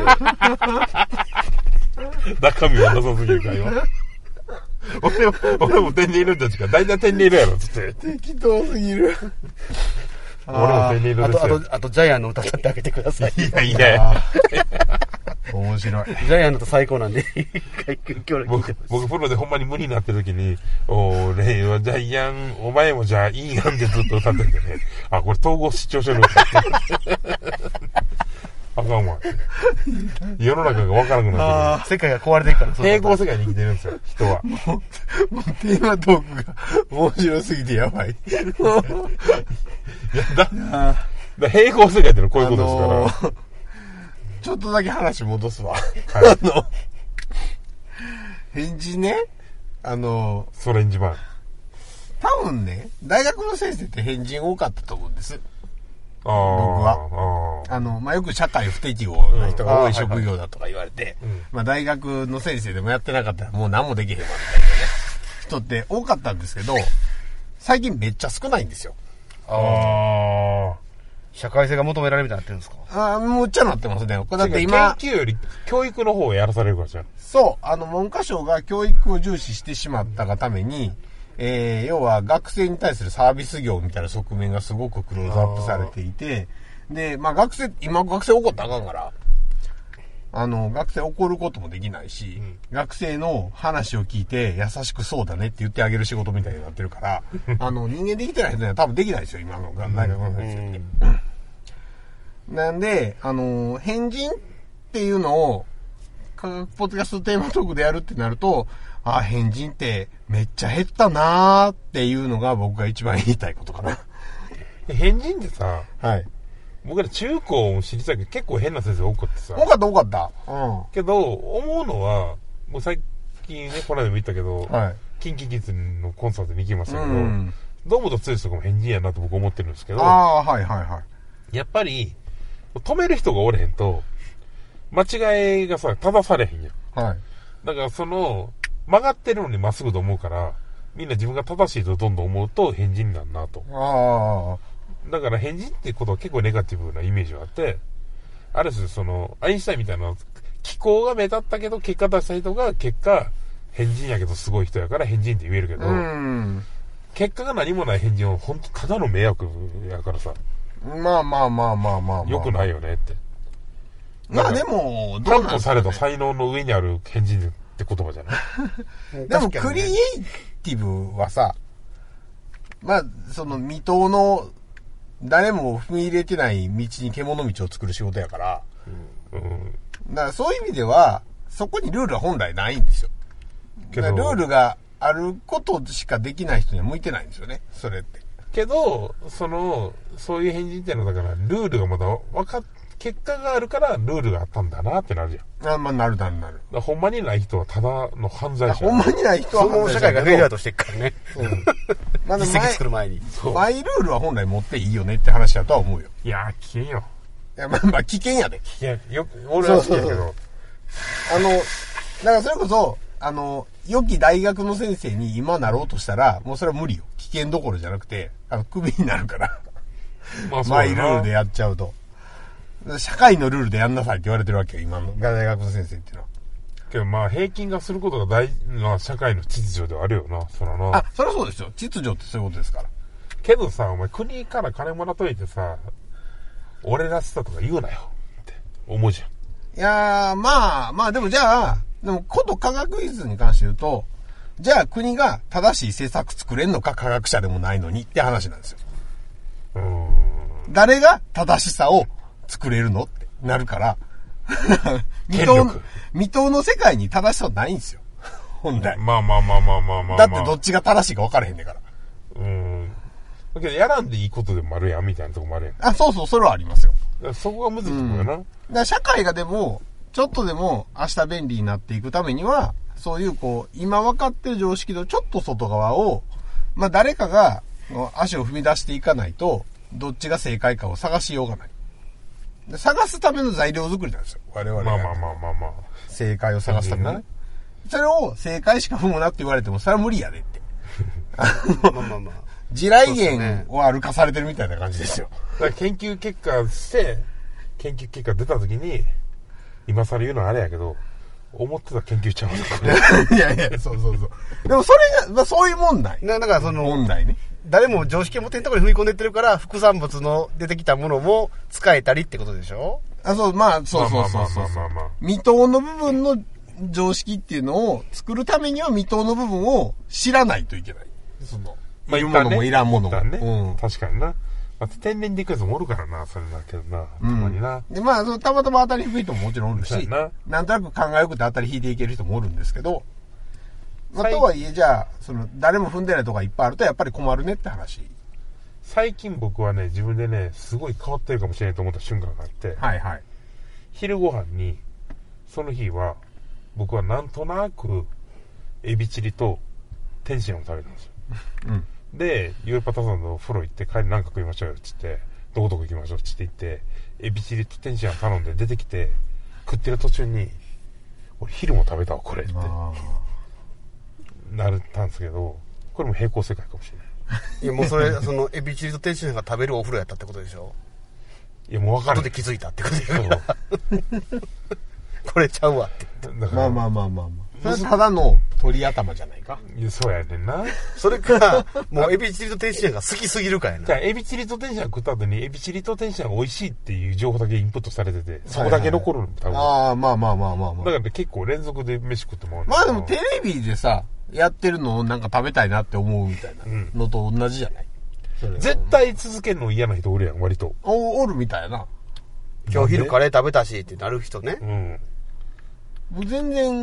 中身はなさすぎる会話。俺も天然色じゃんしか、大体天然色やろ、つって。 適当すぎる。 俺も天然色ですよ。 あとジャイアンの歌ってあげてください。 いや。 面白い。 ジャイアンのと最高なんで、 僕プロでほんまに無理になってる時に、レイはジャイアン、お前もじゃあいいやんってずっと歌っててね。これ統合失調症の歌って。あかんわ。世の中がわからなくなってる。世界が壊れてるから。 平行世界に生きてるんですよ、人は。 もうテーマトークが面白すぎてやばい。いやだ平行世界ってのはこういうことですから。 ちょっとだけ話戻すわ。はい、返事ね。 ソ連自慢。 多分ね、大学の先生って変人多かったと思うんです。僕は。よく社会不適合な人が多い職業だとか言われて、大学の先生でもやってなかったらもう何もできへんわみたいなね、人って多かったんですけど、最近めっちゃ少ないんですよ。 社会性が求められるみたいになってるんですか？ むっちゃなってますね。だって今研究より教育の方をやらされるからじゃん。 そう、文科省が教育を重視してしまったがために、要は学生に対するサービス業みたいな側面がすごくクローズアップされていて、で、今学生怒ったらあかんから、学生怒ることもできないし、学生の話を聞いて優しくそうだねって言ってあげる仕事みたいになってるから、人間できてない人には多分できないですよ、今の大学の先生って。なんで、変人っていうのを、ポッドキャストテーマトークでやるってなると、 変人ってめっちゃ減ったなーっていうのが僕が一番言いたいことかな。 変人ってさ、 はい。 僕ら中高も知りたいけど結構変な先生多くってさ。 多かった。 けど、思うのは、もう最近ね、この間も言ったけど、 はい。 キンキキッズのコンサートに行きましたけど、 うん堂本剛とかも変人やなと僕思ってるんですけど、 はい。 やっぱり、止める人がおれへんと、間違いがさ、正されへんやん。 はい。 だから曲がってるのにまっすぐと思うから、みんな自分が正しいとどんどん思うと変人になるなと。だから変人ってことは結構ネガティブなイメージがあって、ある種アインシュタインみたいな気候が目立ったけど結果出した人が結果変人やけどすごい人やから変人って言えるけど、結果が何もない変人は本当ただの迷惑やからさ。 まあ。 良くないよねって。 まあでも、 担保された才能の上にある変人って言葉じゃないでもクリエイティブはさ、まあ、未踏の、誰も踏み入れてない道に獣道を作る仕事やから、だからそういう意味では、そこにルールは本来ないんですよ。ルールがあることしかできない人には向いてないんですよね、それって。 けど、そういう変人っていうのはだから、ルールがまだ結果があるからルールがあったんだなってなるじゃん。 まあ、なる。 ほんまにない人はただの犯罪者。 ほんまにない人は犯罪者。その社会がフェイダーとしていくからね。 まあ、 実績作る前に。 マイルールは本来持っていいよねって話だとは思うよ。 いやー、危険よ。 いや、まあ、危険やで。 俺は好きやけど。 だからそれこそ、良き大学の先生に今なろうとしたら、もうそれは無理よ。危険どころじゃなくて、クビになるから。マイルールでやっちゃうと。社会のルールでやんなさいって言われてるわけよ、今の大学の先生っていうのは。 けどまあ、平均がすることが大事な社会の秩序ではあるよな、そらな。 そりゃそうですよ。秩序ってそういうことですから。 けどさ、お前国から金もらっといてさ、俺らしさとか言うなよって思うじゃん。 いやー、まあ、でもじゃあ、こと科学技術に関して言うと、じゃあ国が正しい政策作れんのか科学者でもないのにって話なんですよ。誰が正しさを作れるのってなるから、未踏の世界に正しさはないんですよ。本来。 まあ。 だってどっちが正しいか分からへんねんから。 だけどやらんでいいことでもあるやんみたいなとこもあるやん。 そう、それはありますよ。 そこがむずいとこやな。 だから社会がでも、ちょっとでも明日便利になっていくためには、そういう今分かってる常識のちょっと外側を、まあ誰かが足を踏み出していかないと、どっちが正解かを探しようがない。で探すための材料作りなんですよ。我々が。 まあ。 正解を探すためのね。それを正解しか踏むなって言われても、それは無理やでって。地雷原を歩かされてるみたいな感じですよ。 だから研究結果出た時に、今更言うのはあれやけど、思ってた研究ちゃういや、そう。でもそれが、まあそういう問題。 だから問題ね。 誰も常識を持ってんところに踏み込んでってるから、副産物の出てきたものも使えたりってことでしょ？ そう。未踏の部分の常識っていうのを作るためには未踏の部分を知らないといけない。いるものもいらんものも。 ね。確かにな。天然でいくやつもおるからな、それだけどな。たまにな。 で、たまたま当たり低い人ももちろんおるし、なんとなく考えよくて当たり引いていける人もおるんですけど、とはいえ、じゃあ、誰も踏んでないとこがいっぱいあるとやっぱり困るねって話。 最近僕はね、自分でね、すごい変わってるかもしれないと思った瞬間があって、昼ご飯に、その日は、僕はなんとなく、エビチリと天津飯を食べたんですよ。で、ゆうぱたさんの風呂行って帰りなんか食いましょうよって言って、どこ行きましょうって言って、エビチリと天津飯頼んで出てきて、食ってる途中に、俺昼も食べたわ、これって。なったんですけど、これも平行世界かもしれない。 いや、もうそれ、エビチリと天津飯が食べるお風呂やったってことでしょ？ いや、もう分かる。 後で気づいたってことやから。これちゃうわって。 まあ。それただの鳥頭じゃないか。 いや、そうやねんな。 それか、もうエビチリと天津飯が好きすぎるかやな。 じゃあ、エビチリと天津飯食った後に、エビチリと天津飯が美味しいっていう情報だけインプットされてて、そこだけ残るの多分。 まあ。 だから結構連続で飯食ってもらう。 まあでもテレビでさ、やってるのをなんか食べたいなって思うみたいなのと同じじゃない？ 絶対続けるの嫌な人おるやん、割と。 おるみたいな。 今日昼カレー食べたしってなる人ね。 全然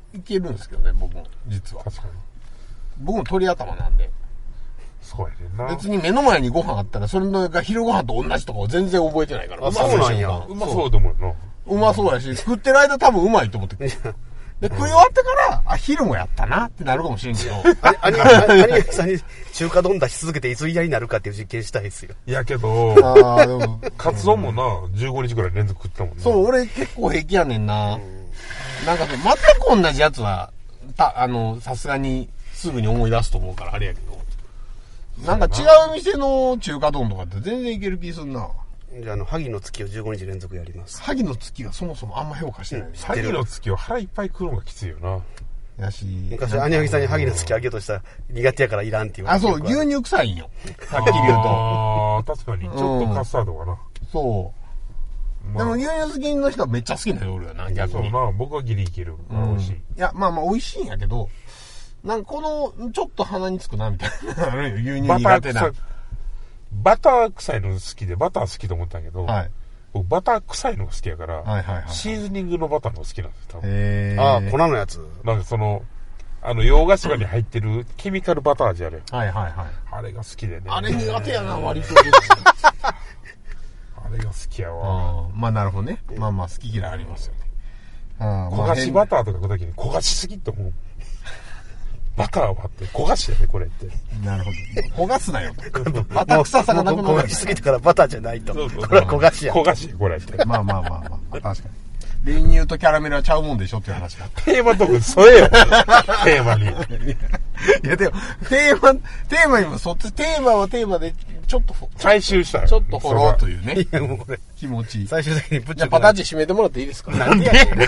いけるんですけどね、僕も、実は。 確かに。 僕も鳥頭なんで。 そうやねんな。 別に目の前にご飯あったら、それが昼ご飯と同じとかを全然覚えてないから。 そうなんや。 うまそうと思うよな。 うまそうやし、食ってる間多分うまいと思ってくる。で、食い終わってから、あ、昼もやったなってなるかもしれんけど。 兄貴さんに中華丼出し続けていつ嫌になるかっていう実験したいですよ。 いやけど、 でもカツ丼もな、15日くらい連続食ったもんね。 そう、俺結構平気やねんな。なんか、全く同じやつは、さすがにすぐに思い出すと思うからあれやけど。なんか違う店の中華丼とかって全然いける気すんな。 じゃあ、萩の月を15日連続やります。 萩の月がそもそもあんま評価してない。 萩の月を腹いっぱい食うのがきついよな。 やし。 昔、兄貴さんに萩の月あげようとしたら苦手やからいらんっていう。 あ、そう、牛乳臭いんよ。はっきり言うと。 ああ、確かに。ちょっとカスタードかな。 そう。でも牛乳好きの人はめっちゃ好きな夜やな、逆に。 そうな、僕はギリいける。美味しい。 いや、まあまあ美味しいんやけど、なんかこの、ちょっと鼻につくな、みたいな。あるよ、牛乳苦手な。 バター臭いの好きで、バター好きと思ったんやけど、 はい。 僕バター臭いのが好きやから、 はいはいはい。 シーズニングのバターのが好きなんですよ、多分。 ああ、粉のやつ。 なんかその、洋菓子とかに入ってるケミカルバター味ある。 はいはいはい。 あれが好きでね。 あれ苦手やな、割と。 あれが好きやわ。 まあなるほどね。まあまあ好き嫌いありますよね。 焦がしバターとか食うときに焦がしすぎって思う。バターはって焦がしやね、これって。 なるほど。焦がすなよと。バター臭さがなくなる。 焦がしすぎてからバターじゃないと。 そうそうこれは焦がしや。 焦がし、これって。 まあまあまあまあ。確かに。練乳とキャラメルはちゃうもんでしょっていう話だった。 テーマとかそれよ。テーマに。 いやでも、テーマにもそっち、テーマはテーマで、ちょっと、 回収したよ。 ちょっとフォローというね。 いやもうこれ、 気持ち。 最終的にブッチじゃあパタッチ閉めてもらっていいですか？ なんでやねん。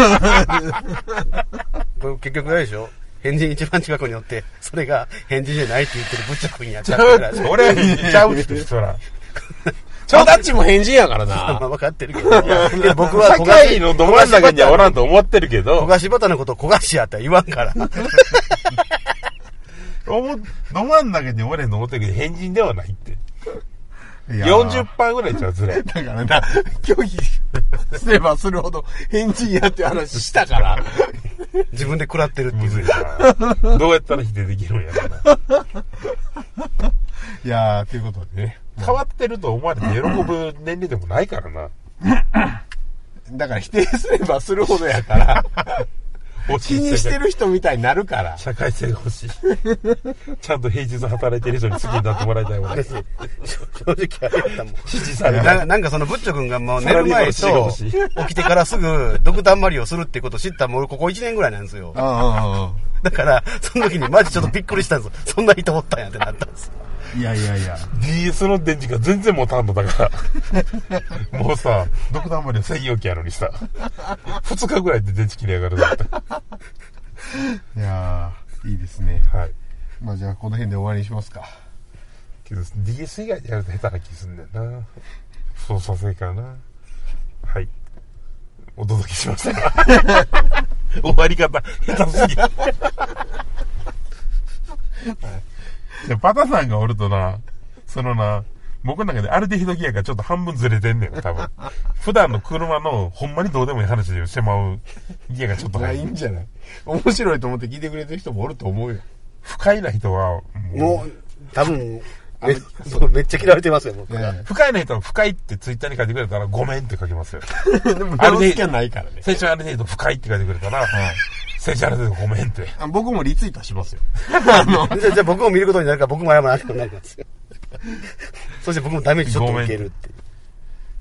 これ結局あれでしょ、変人一番近くに寄って、それが変人じゃないって言ってるブッチャ君やっちゃったから。 俺はちゃうって人ら。 パタッチも変人やからな。 まあ分かってるけど。いや僕は社会のど真ん中にはおらんと思ってるけど。 焦がしバターのことを焦がしやったら言わんから。 ど真ん中に俺の思ってるけど変人ではないって。40% ぐらいちゃうずれ。 だからな、拒否すればするほど変人やって話したから。 自分で食らってるっていう。 むずいな。どうやったら否定できるんやろな。 いやー、ということでね。 変わってると思われて喜ぶ年齢でもないからな。 だから否定すればするほどやから。気にしてる人みたいになるから。 社会性が欲しい。ちゃんと平日働いてる人に好きになってもらいたいわ。 正直あれやったもん。 支持される。 なんかそのブッチョ君がもう寝る前と起きてからすぐドクターマリオするってことを知ったもうここ1年ぐらいなんですよ。だからその時にマジちょっとびっくりしたんですよ。そんな人おったんやってなったんです。 いやいやいや。 DS の電池が全然持たんのだから。もうさ、ドクターマリオ専用機やのにさ、2日ぐらいで電池切れ上がるんだって。 いやー、いいですね。 はい。 まあじゃあこの辺で終わりにしますか。 けど DS 以外でやると下手な気すんだよな。操作性からな。はい。お届けしました。終わり方、下手すぎる。でパタさんがおるとな、そのな、僕の中でアルデヒドギアがちょっと半分ずれてんねん、多分。普段の車のほんまにどうでもいい話でしてまうギアがちょっと入る。 いいんじゃない？面白いと思って聞いてくれてる人もおると思うよ。 不快な人はもう、多分、めっちゃ嫌われてますよ、僕が。 不快な人は不快ってツイッターに書いてくれたらごめんって書きますよ。 でも、ある時はないからね。 先週ある程度不快って書いてくれたら、先週ある程度ごめんって。 僕もリツイートしますよ。 じゃあ僕も見ることになるから僕も謝らなくなりますよ。そして僕もダメージちょっと受けるっていう。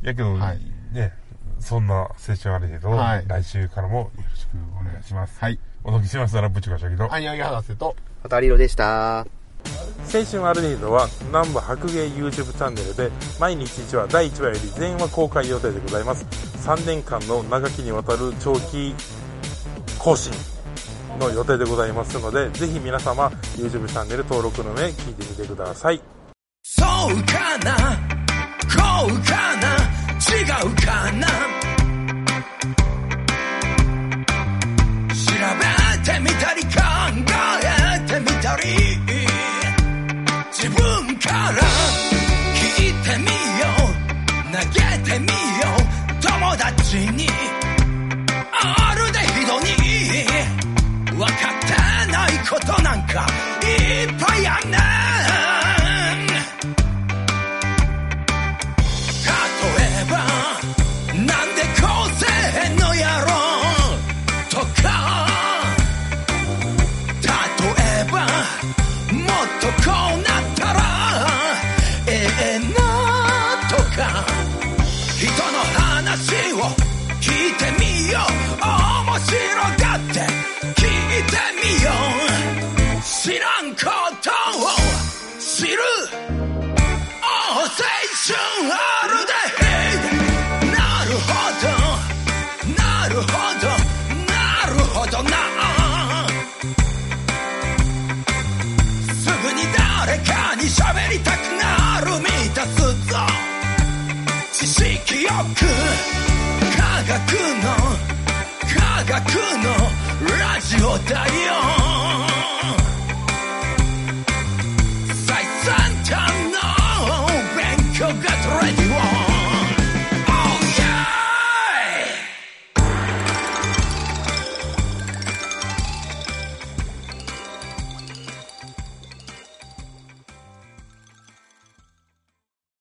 やけど、ね、そんな先週ある程度、来週からもよろしくお願いします。はい。お届けしますならぶちこしゃぎと。 アニアゲ博士と、 またリロでした。 青春アルデヒドは南部白芸 YouTube チャンネルで毎日1話第1話より全話公開予定でございます。3年間の長きにわたる長期更新の予定でございますので、ぜひ皆様 YouTube チャンネル登録の上聞いてみてください。 そうかなこうかな違うかな調べてみたり考えてみたり自分から聞いてみよう投げてみよう友達にアルデヒドに知識よく科学のラジオだよ